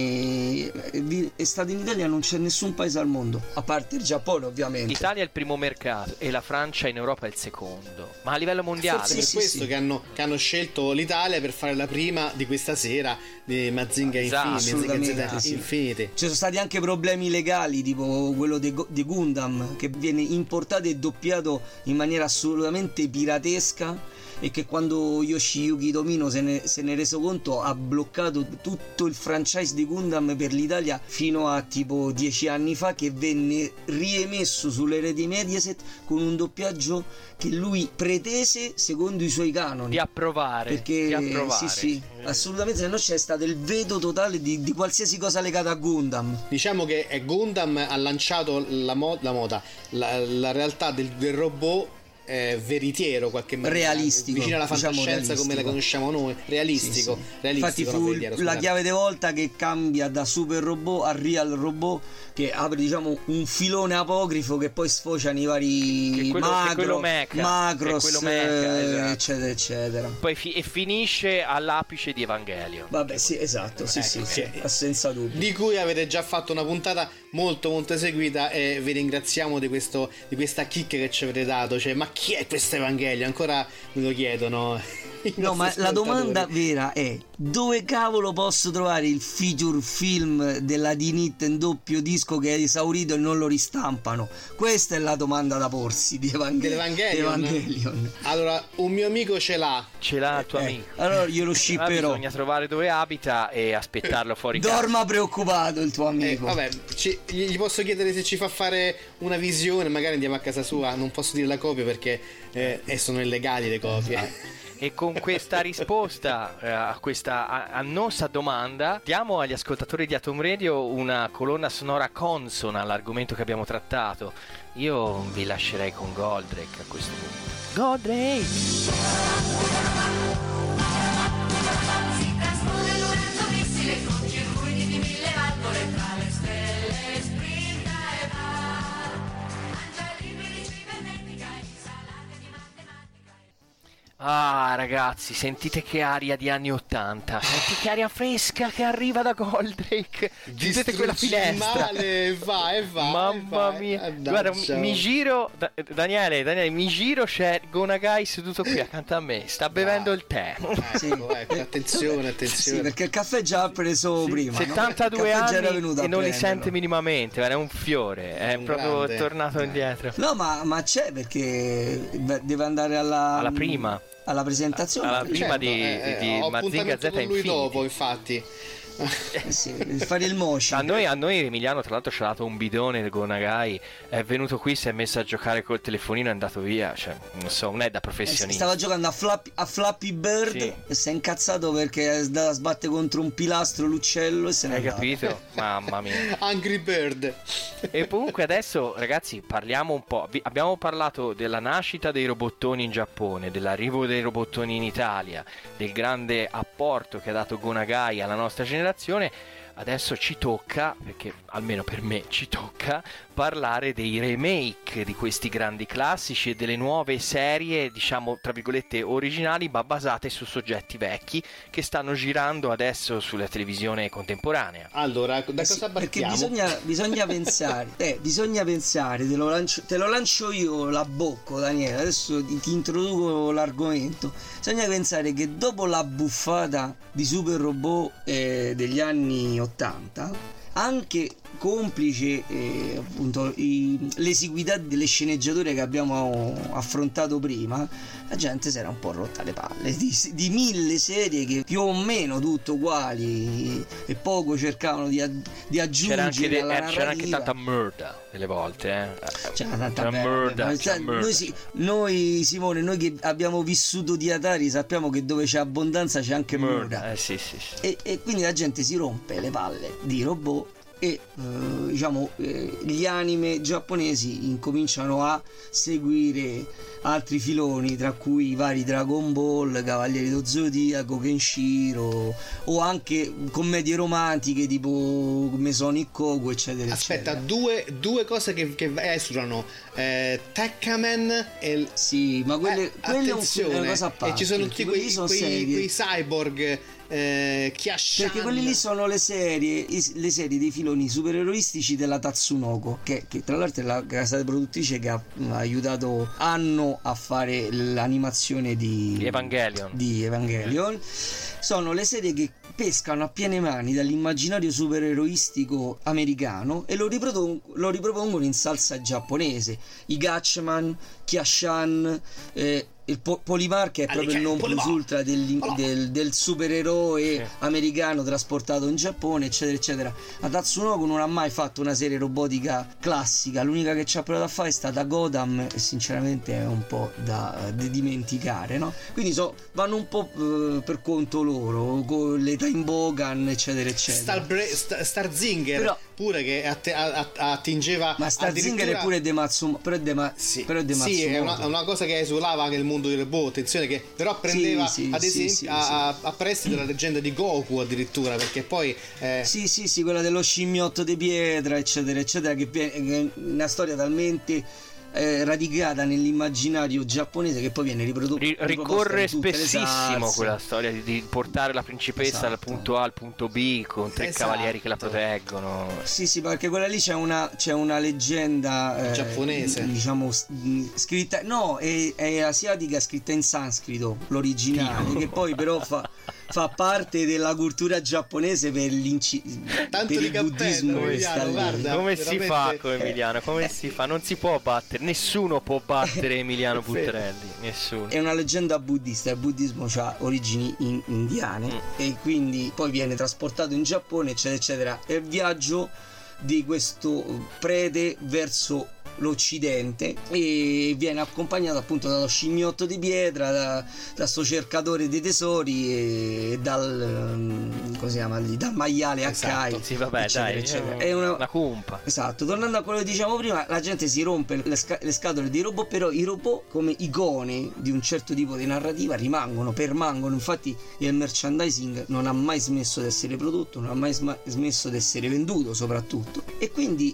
come è stato in Italia. Non c'è nessun paese al mondo, a parte il Giappone ovviamente. L'Italia è il primo mercato e la Francia in Europa è il secondo. Ma a livello mondiale. Forse per sì, questo sì. Che, hanno, che hanno scelto l'Italia per fare la prima di questa sera di Mazinga Esatto, Infinite, Mazinga assolutamente, Z sì. Infinite. Ci sono stati anche problemi legali, tipo quello di Go- di Gundam, che viene importato e doppiato in maniera assolutamente piratesca, e che quando Yoshiyuki Tomino se ne, se ne è reso conto ha bloccato tutto il franchise di Gundam per l'Italia fino a tipo dieci anni fa, che venne riemesso sulle reti Mediaset con un doppiaggio che lui pretese secondo i suoi canoni. Di approvare. Perché di approvare. sì, sì, assolutamente, se no c'è stato il veto totale di, di qualsiasi cosa legata a Gundam. Diciamo che è Gundam ha lanciato la, mo- la moda, la, la realtà del, del robot eh, veritiero, qualche maniera, Realistico, vicino alla diciamo fantascienza come la realistico. conosciamo noi, realistico, Sì, sì. realistico. Infatti no, fu veritiero, la scusate. chiave di volta che cambia da super robot a real robot, che apre diciamo un filone apocrifo che poi sfocia nei vari Che quello- che macro, quello mecha, macros, che quello mecha, eh, esatto. eccetera eccetera. Poi fi- e finisce all'apice di Evangelio. Vabbè, sì, esatto, sì, sì, sì, eh, senza dubbio. Di cui avete già fatto una puntata molto molto eseguita, e vi ringraziamo di, questo, di questa chicca che ci avete dato. Cioè, ma chi è questo Evangelio? Ancora me lo chiedono i No, ma nostri la ascoltatori. domanda vera è: dove cavolo posso trovare il feature film della D-Nit in doppio disco che è esaurito e non lo ristampano? Questa è la domanda da porsi di Evangel- Dell'Evangelion? di Evangelion. Allora, un mio amico ce l'ha. Ce l'ha il tuo Eh, amico. allora glielo Allora shipperò. bisogna trovare dove abita e aspettarlo fuori casa. Dorma preoccupato il tuo Eh, amico. vabbè, ci- gli gli posso chiedere se ci fa fare una visione, magari andiamo a casa sua. Non posso dire la copia perché eh, eh, sono illegali le copie. E con questa risposta eh, a questa a- annosa domanda diamo agli ascoltatori di Atom Radio una colonna sonora consona all'argomento che abbiamo trattato. Io vi lascerei con Goldrake a questo punto. Goldrake! Ah, ragazzi, sentite che aria di anni ottanta. Sentite che aria fresca che arriva da Goldrake. Sentite quella finestra. Male, va e va. Mamma e mia. vai. Guarda, mi, mi giro. Da, Daniele, Daniele, mi giro. C'è Gonagai seduto qui accanto a me. Sta bevendo il tè. Ecco, ecco, attenzione, attenzione. Sì, perché il caffè già ha preso Sì, prima. settantadue no? anni e non li prenderlo. sente minimamente. È un fiore. È Un proprio grande. tornato indietro. No, ma, ma c'è perché deve andare alla, Alla prima. alla presentazione. Alla prima Certo, di, eh, di ho Mazinga appuntamento Z con lui Infinity. dopo, infatti. Eh sì, fare il motion. A noi, a noi Emiliano tra l'altro ci ha dato un bidone del Gonagai, è venuto qui, si è messo a giocare col telefonino e è andato via, cioè non so, non è da Eh, professionista. stava giocando a Flappy, a Flappy Bird Sì. e si è incazzato perché è andato a sbattere contro un pilastro l'uccello e se ne è Hai andato. capito? Mamma mia. Angry Bird. E comunque adesso ragazzi parliamo un po', vi- abbiamo parlato della nascita dei robottoni in Giappone, dell'arrivo dei robottoni in Italia, del grande apporto che ha dato Gonagai alla nostra generazione. Adesso ci tocca, perché almeno per me ci tocca, parlare dei remake di questi grandi classici e delle nuove serie, diciamo tra virgolette originali, ma basate su soggetti vecchi che stanno girando adesso sulla televisione contemporanea. Allora, da Eh sì, cosa perché partiamo? bisogna, bisogna pensare, eh, bisogna pensare, te lo, lancio, te lo lancio io la bocca, Daniele, adesso ti, ti introduco l'argomento. Bisogna pensare che dopo la buffata di Super Robot eh, degli anni ottanta, anche complice eh, appunto i, l'esiguità delle sceneggiature che abbiamo affrontato prima, la gente si era un po' rotta le palle di, di mille serie che più o meno tutte uguali e poco cercavano di, di aggiungere C'era anche, de- alla eh, c'era anche narrativa. tanta murda delle volte, eh. C'era tanta C'era merda, murda, ma c'era sai, murda. noi, si- noi Simone, noi che abbiamo vissuto di Atari sappiamo che dove c'è abbondanza c'è anche murda, Murda, eh sì sì, sì. e, e quindi la gente si rompe le palle di robot e eh, diciamo eh, gli anime giapponesi incominciano a seguire altri filoni, tra cui i vari Dragon Ball, Cavalieri dello Zodiaco, Kenshiro, o anche commedie romantiche tipo Masonic Kogo, eccetera Aspetta, eccetera. due, due cose che, che esulano, eh, Tekkaman e il... Sì, ma quelle, Eh, quelle è un- attenzione, è una cosa a parte, e ci sono perché tutti quelli quei, sono quei, serie. quei cyborg, eh, Kyashan. Perché quelli lì sono le serie, i- le serie dei filoni supereroistici della Tatsunoko, che, che tra l'altro è la casa produttrice che ha, ha aiutato Anno a fare l'animazione di Di Evangelion. di Evangelion. Sono le serie che pescano a piene mani dall'immaginario supereroistico americano e lo, riprodon- lo ripropongono in salsa giapponese. I Gatchaman, Kyashan, eh, il po- Polimar, che è proprio il non plus ultra dell'in- del, del supereroe americano trasportato in Giappone, eccetera eccetera. La Tatsunoko non ha mai fatto una serie robotica classica, l'unica che ci ha provato a fare è stata Godam e sinceramente è un po' da, da dimenticare, no? Quindi so, vanno un po' eh, per conto loro, con le Time Bogan, eccetera eccetera. Star, Bra- Star, Starzinger Però- pure che att- att- attingeva Ma Starzinger addirittura- è pure De Matsumoto, però è De, Ma- Sì, però è De sì, è una, Matsumoto. è una cosa che esulava anche il mondo del robot. Attenzione, che però prendeva Sì, sì, ad sì, esempio sì, a, sì. a- a prestito la leggenda di Goku addirittura, perché poi eh, Sì, sì, sì, quella dello scimmiotto di pietra, eccetera, eccetera, che viene- che è una storia talmente eh, radicata nell'immaginario giapponese che poi viene riprodotta. Ri- ricorre in tutte le spessissimo salse. quella storia di, di portare la principessa Esatto. dal punto A al punto B con tre Esatto. cavalieri che la proteggono. Sì, sì, perché quella lì c'è una, c'è una leggenda eh, Giapponese. diciamo s- mh, scritta, no, è, è asiatica, scritta in sanscrito, l'originale, che poi però fa, fa parte della cultura giapponese per, l'inci- Tanto per di il cappello, buddismo che sta Emiliano, lì. guarda. Come si veramente- fa con Emiliano? Come si fa? Non si può battere, nessuno può battere Emiliano Buttarelli, nessuno. È una leggenda buddista, il buddismo ha origini in- indiane Mm. e quindi poi viene trasportato in Giappone, eccetera eccetera. È il viaggio di questo prete verso l'occidente e viene accompagnato appunto dallo scimmiotto di pietra, da, da sto cercatore dei tesori e dal um, come si chiama lì, dal maiale Akai. Sì, vabbè, eccetera, dai, eccetera. è È una, una cumpa. Esatto, tornando a quello che dicevamo prima, la gente si rompe le, sca- le scatole dei robot, però i robot come icone di un certo tipo di narrativa rimangono, permangono, infatti il merchandising non ha mai smesso di essere prodotto, non ha mai sma- smesso di essere venduto soprattutto, e quindi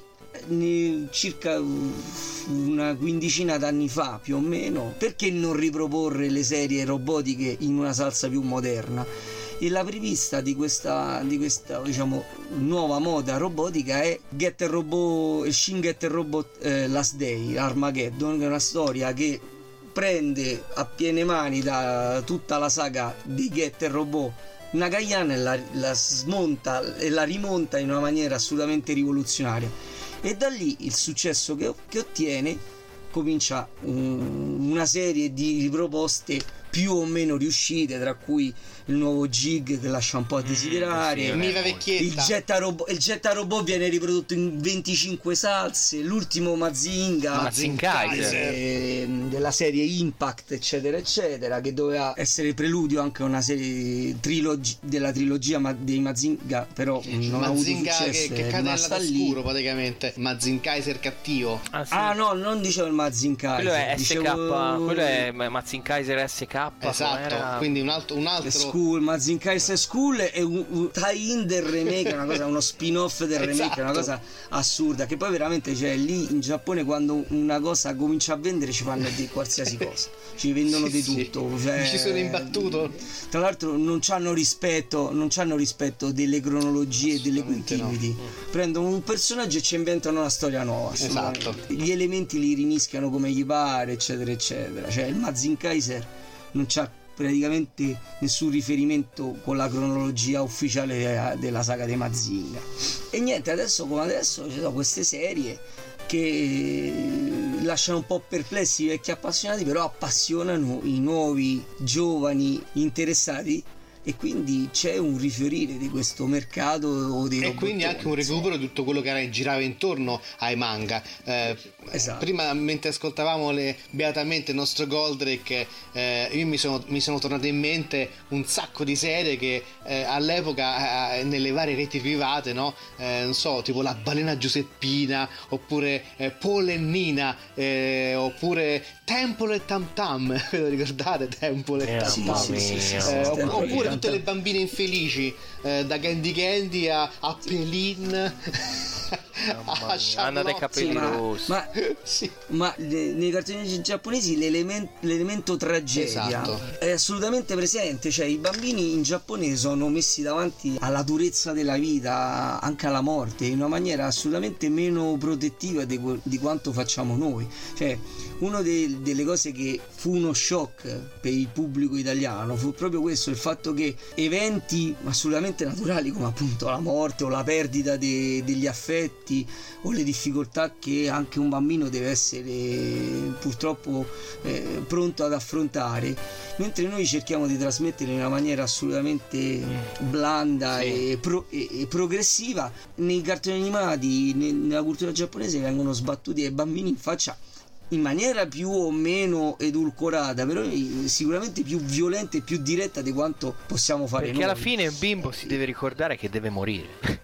ne- circa una quindicina d'anni fa più o meno, perché non riproporre le serie robotiche in una salsa più moderna? E la prevista di questa, di questa diciamo nuova moda robotica è Getter Robot, Shin Getter Robot eh, Last Day Armageddon, che è una storia che prende a piene mani da tutta la saga di Getter Robot Nagayane e la, la smonta e la rimonta in una maniera assolutamente rivoluzionaria, e da lì il successo che, che ottiene comincia um, una serie di proposte più o meno riuscite, tra cui il nuovo Jig che lascia un po' a desiderare, mm, sì, il Jetta Robot, il Jetta Robot viene riprodotto in venticinque salse, l'ultimo Mazinga eh, della serie Impact eccetera eccetera, che doveva essere preludio anche a una serie trilogi- della trilogia ma- dei Mazinga, però non Mazinga ha avuto successo, che, che è cade rimasta nel lì. scuro praticamente. Mazinkaiser cattivo. Ah, sì. Ah no, non dicevo il Mazinkaiser, Quello è S K, dicevo... quello è Mazinkaiser S K. Esatto, com'era? quindi un altro, un altro... School, Mazinkaiser School è un, un tie-in del remake, è una cosa, uno spin-off del remake, Esatto. è una cosa assurda, che poi veramente, cioè, lì in Giappone quando una cosa comincia a vendere ci fanno di qualsiasi cosa, ci vendono Sì, di sì. tutto, cioè, Mi ci sono imbattuto. tra l'altro non c'hanno rispetto, non c'hanno rispetto delle cronologie e delle continuity, no. Prendono un personaggio e ci inventano una storia nuova, Esatto. gli elementi li rimischiano come gli pare eccetera eccetera, cioè il Mazinkaiser non c'ha praticamente nessun riferimento con la cronologia ufficiale della saga dei Mazinga. E niente, adesso come adesso ci sono queste serie che lasciano un po' perplessi i vecchi appassionati, però appassionano i nuovi giovani interessati, e quindi c'è un rifiorire di questo mercato o dei e quindi anche un recupero di tutto quello che girava intorno ai manga. Eh, esatto. Prima, mentre ascoltavamo le, beatamente il nostro Goldrake, eh, io mi sono, mi sono tornate in mente un sacco di serie che eh, all'epoca eh, nelle varie reti private, no? Eh, non so, tipo La balena Giuseppina, oppure eh, Paul e Nina, eh, oppure Temple e Tam Tam, ve lo ricordate? Temple e Eh, Tam Tam, sì, sì, sì, sì, Eh, sì, opp- sì, oppure sì. tutte le bambine infelici, eh, da Candy Candy a, a Pelin, a Hanno dei capelli Sì, ma, rossi. ma, Sì. ma le- nei cartoni giapponesi l'elemen- l'elemento tragedia Esatto. è assolutamente presente, cioè i bambini in Giappone sono messi davanti alla durezza della vita, anche alla morte, in una maniera assolutamente meno protettiva di, que- di quanto facciamo noi. Cioè, una delle cose che fu uno shock per il pubblico italiano fu proprio questo, il fatto che eventi assolutamente naturali come appunto la morte o la perdita de- degli affetti o le difficoltà che anche un bambino deve essere purtroppo eh, pronto ad affrontare, mentre noi cerchiamo di trasmettere in una maniera assolutamente blanda Sì. e, pro- e- e progressiva, nei cartoni animati, ne- nella cultura giapponese vengono sbattuti ai bambini in faccia in maniera più o meno edulcorata, però sicuramente più violenta e più diretta di quanto possiamo fare Perché noi. alla fine il bimbo si deve ricordare che deve morire.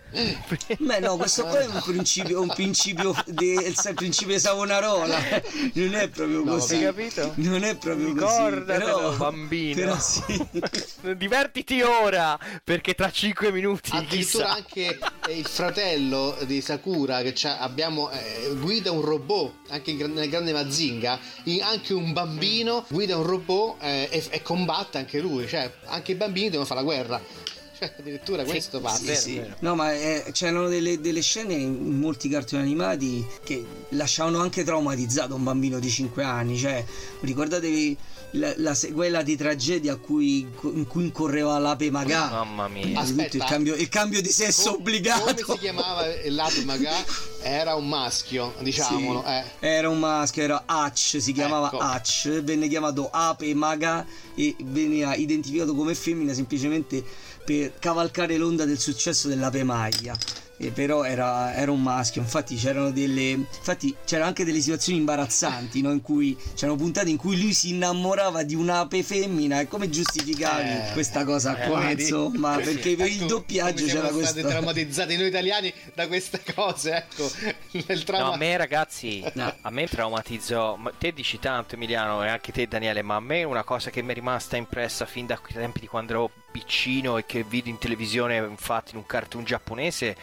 Beh no, questo qua è un principio, un principio de, il principio di Savonarola, non è proprio No, così, Hai capito? non è proprio Ricordatelo, così, però, bambino. però sì. Divertiti ora, perché tra cinque minuti Addirittura chissà. anche eh, il fratello di Sakura che c'ha, abbiamo eh, guida un robot anche in, gran- nel grande Mazinga, in- anche un bambino guida un robot eh, e, e combatte anche lui, cioè anche i bambini devono fare la guerra, cioè addirittura questo passa. Sì, sì. No, ma eh, c'erano delle, delle scene in molti cartoni animati che lasciavano anche traumatizzato un bambino di cinque anni, cioè ricordatevi la, la sequela di tragedia a cui, in cui incorreva l'ape Maga. Mamma mia. Aspetta. il, cambio, il cambio di sesso Com- obbligato. Come si chiamava l'ape Maga? Era un maschio, diciamolo. Sì, eh. era un maschio, era Hutch, si chiamava Ecco. Hutch, venne chiamato Ape Maga e veniva identificato come femmina semplicemente per cavalcare l'onda del successo dell'Ape Maglia. E però era, era un maschio, infatti c'erano delle infatti c'erano anche delle situazioni imbarazzanti, no? In cui c'erano puntate in cui lui si innamorava di un'ape femmina, e come giustificavi Eh, questa cosa eh, qua, vedi? insomma, perché per il Ecco, doppiaggio come c'era siamo stati questo traumatizzati noi italiani da queste cose, ecco. Il trauma... No, a me ragazzi, No. a me traumatizzò, ma te dici tanto Emiliano e anche te Daniele, ma a me una cosa che mi è rimasta impressa fin da quei tempi di quando ero piccino e che vidi in televisione, infatti in un cartoon giapponese,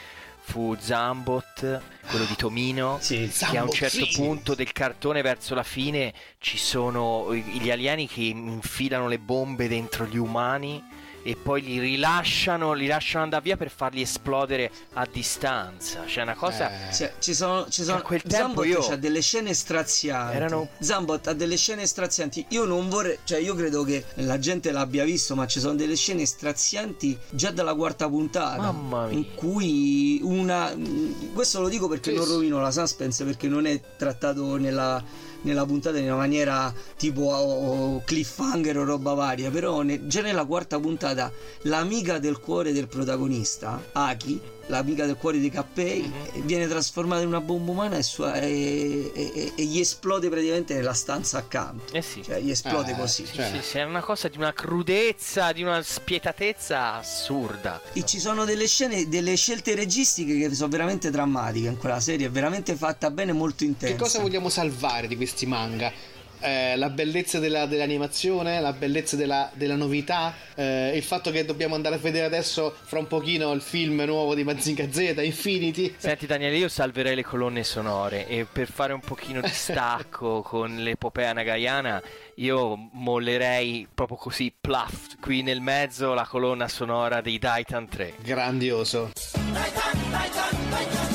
fu Zambot, quello di Tomino, sì, che a un certo punto del cartone verso la fine ci sono gli alieni che infilano le bombe dentro gli umani e poi li rilasciano, li lasciano andare via per farli esplodere a distanza. C'è una cosa... Eh. Cioè, ci sono... Ci sono... A quel tempo Zambot io... c'ha delle scene strazianti. Erano... Zambot ha delle scene strazianti. Io non vorrei... Cioè, io credo che la gente l'abbia visto, ma ci sono delle scene strazianti già dalla quarta puntata. Mamma mia. In cui una... Questo lo dico perché sì, non rovino la suspense, perché non è trattato nella... nella puntata in una maniera tipo oh, cliffhanger o roba varia, però ne, già nella quarta puntata l'amica del cuore del protagonista, Aki, l'amica del cuore di Kappei, mm-hmm. viene trasformata in una bomba umana e, sua, e, e, e gli esplode praticamente nella stanza accanto. Eh sì. Cioè gli esplode eh, così. Sì, sì, sì, è una cosa di una crudezza, di una spietatezza assurda. E ci sono delle scene, delle scelte registiche che sono veramente drammatiche in quella serie, è veramente fatta bene, molto intensa. Che cosa vogliamo salvare di questi manga? Eh, la bellezza della, dell'animazione, la bellezza della, della novità, eh, il fatto che dobbiamo andare a vedere adesso fra un pochino il film nuovo di Mazinga Z, Infinity. Senti Daniele, io salverei le colonne sonore e per fare un pochino di stacco con l'epopea nagayana io mollerei proprio così, pluff, qui nel mezzo la colonna sonora dei Daitan tre. Grandioso. Daitan, Daitan, Daitan.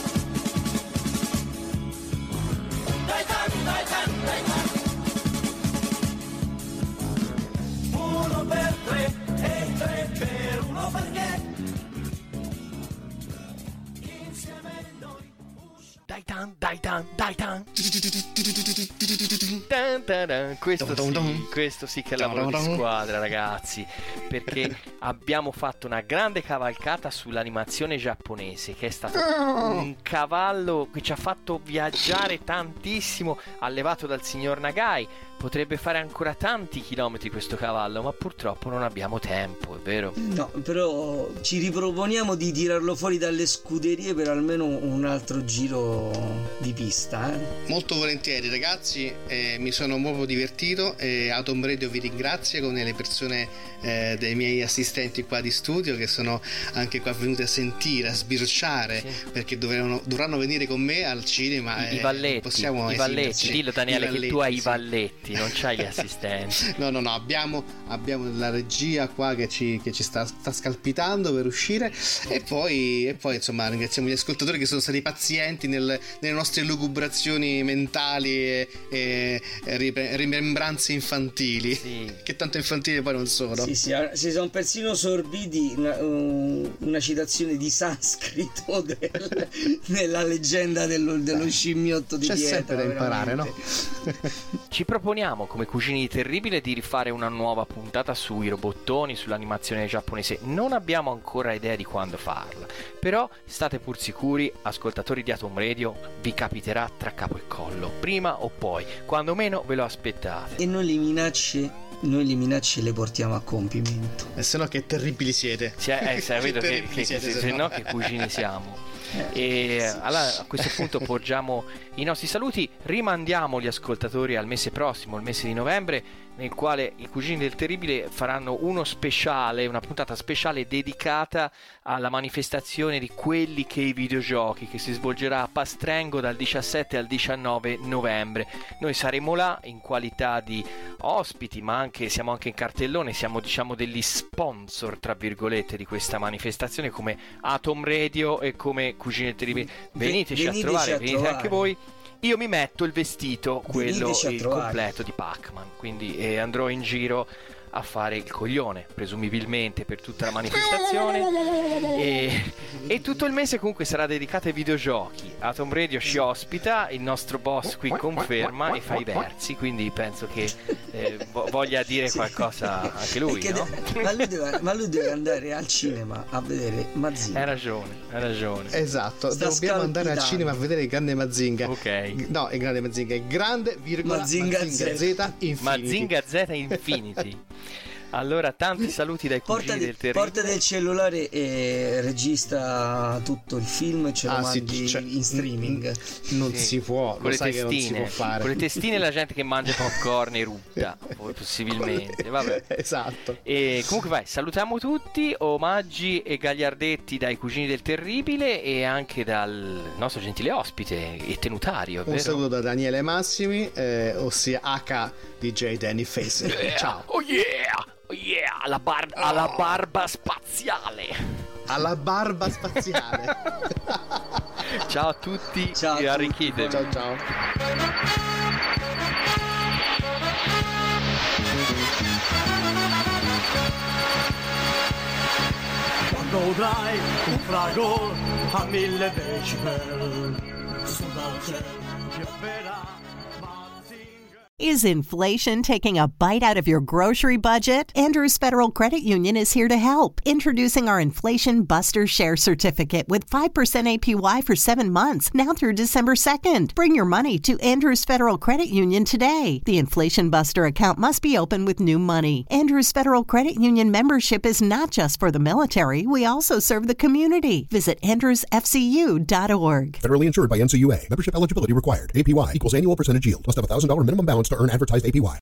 Daitan, Daitan, Daitan. Uno per tre e tre per uno perché insieme noi Daitan, Daitan, Daitan. Dun, dun, dun. Questo sì, questo sì che è lavoro di squadra, ragazzi, perché abbiamo fatto una grande cavalcata sull'animazione giapponese, che è stato un cavallo che ci ha fatto viaggiare tantissimo, allevato dal signor Nagai. Potrebbe fare ancora tanti chilometri questo cavallo, ma purtroppo non abbiamo tempo, è vero? No, però ci riproponiamo di tirarlo fuori dalle scuderie per almeno un altro giro di pista, eh? Molto volentieri, ragazzi, eh, mi sono proprio divertito e Atom Radio vi ringrazia con le persone eh, dei miei assistenti qua di studio che sono anche qua venute a sentire, a sbirciare, sì, perché dovranno, dovranno venire con me al cinema. I, eh, i valletti, possiamo i valletti, dillo Daniele, valletti, che tu hai sì, i valletti, non c'hai gli assistenti. No, no, no, abbiamo, abbiamo la regia qua che ci, che ci sta, sta scalpitando per uscire e poi, e poi insomma ringraziamo gli ascoltatori che sono stati pazienti nel, nelle nostre lugubrazioni mentali e, e, e rimembranze infantili, sì, che tanto infantili poi non sono. Sì, sì, si sono persino sorbiti una, una citazione di sanscrito del, nella leggenda dello, dello scimmiotto di C'è pietra. C'è sempre da imparare, no? Ci proponiamo come Cugini Terribile di rifare una nuova puntata sui robottoni, sull'animazione giapponese. Non abbiamo ancora idea di quando farla, però state pur sicuri, ascoltatori di Atom Radio, vi capiterà tra capo e collo, prima o poi, quando meno ve lo aspettate. E noi le minacce noi le minacce le portiamo a compimento. E se no che terribili siete. Sì, eh, sai, vedo che, che, siete, che se, se no che cugini siamo. E allora a questo punto porgiamo i nostri saluti, rimandiamo gli ascoltatori al mese prossimo, il mese di novembre, nel quale i Cugini del Terribile faranno uno speciale, una puntata speciale dedicata alla manifestazione di quelli che i videogiochi, che si svolgerà a Pastrengo dal diciassette al diciannove novembre. Noi saremo là in qualità di ospiti, ma anche siamo anche in cartellone, siamo diciamo degli sponsor tra virgolette di questa manifestazione, come Atom Radio e come Cugini del Terribile. Veniteci, veniteci a trovare, a venite trovare. Anche voi. Io mi metto il vestito, quello il completo di Pac-Man, quindi eh, andrò in giro a fare il coglione, presumibilmente per tutta la manifestazione, e, e tutto il mese comunque sarà dedicato ai videogiochi. Atom Radio ci ospita, il nostro boss qui conferma e fa i versi, quindi penso che eh, voglia dire sì, qualcosa anche lui, no? de- ma, lui deve, ma lui deve andare al cinema a vedere Mazinga. Hai ragione, hai ragione. Esatto, Sta dobbiamo andare al cinema a vedere il grande Mazinga. Ok. No, il grande Mazinga, il grande virgola Mazinga, Mazinga Z, Z Infinity. Mazinga Z Infinity. Allora, tanti saluti dai cugini Portati, del terribile. portati il cellulare e registra tutto il film e ce lo Ah, sì, mandi cioè, in streaming. Non Sì. si può, Con lo le sai che non si può testine, fare. con le testine e la gente che mangia popcorn e rutta, poi possibilmente. Vabbè. Esatto. E comunque vai, salutiamo tutti, omaggi e gagliardetti dai cugini del terribile e anche dal nostro gentile ospite e tenutario. Un vero? saluto da Daniele Massimi, eh, ossia H D J Danny Face. Yeah. Ciao. Oh yeah, oh yeah, alla, bar- alla barba spaziale. Alla barba spaziale. Ciao a tutti Ciao e a arricchitevi. Ciao ciao. Quando udrai un fragor a mille decibel, su dal cielo piomberà. Is inflation taking a bite out of your grocery budget? Andrews Federal Credit Union is here to help. Introducing our Inflation Buster Share Certificate with five percent A P Y for seven months, now through December second. Bring your money to Andrews Federal Credit Union today. The Inflation Buster account must be opened with new money. Andrews Federal Credit Union membership is not just for the military. We also serve the community. Visit andrews f c u dot org. Federally insured by N C U A. Membership eligibility required. A P Y equals annual percentage yield. Must have a one thousand dollars minimum balance to earn advertised A P Y.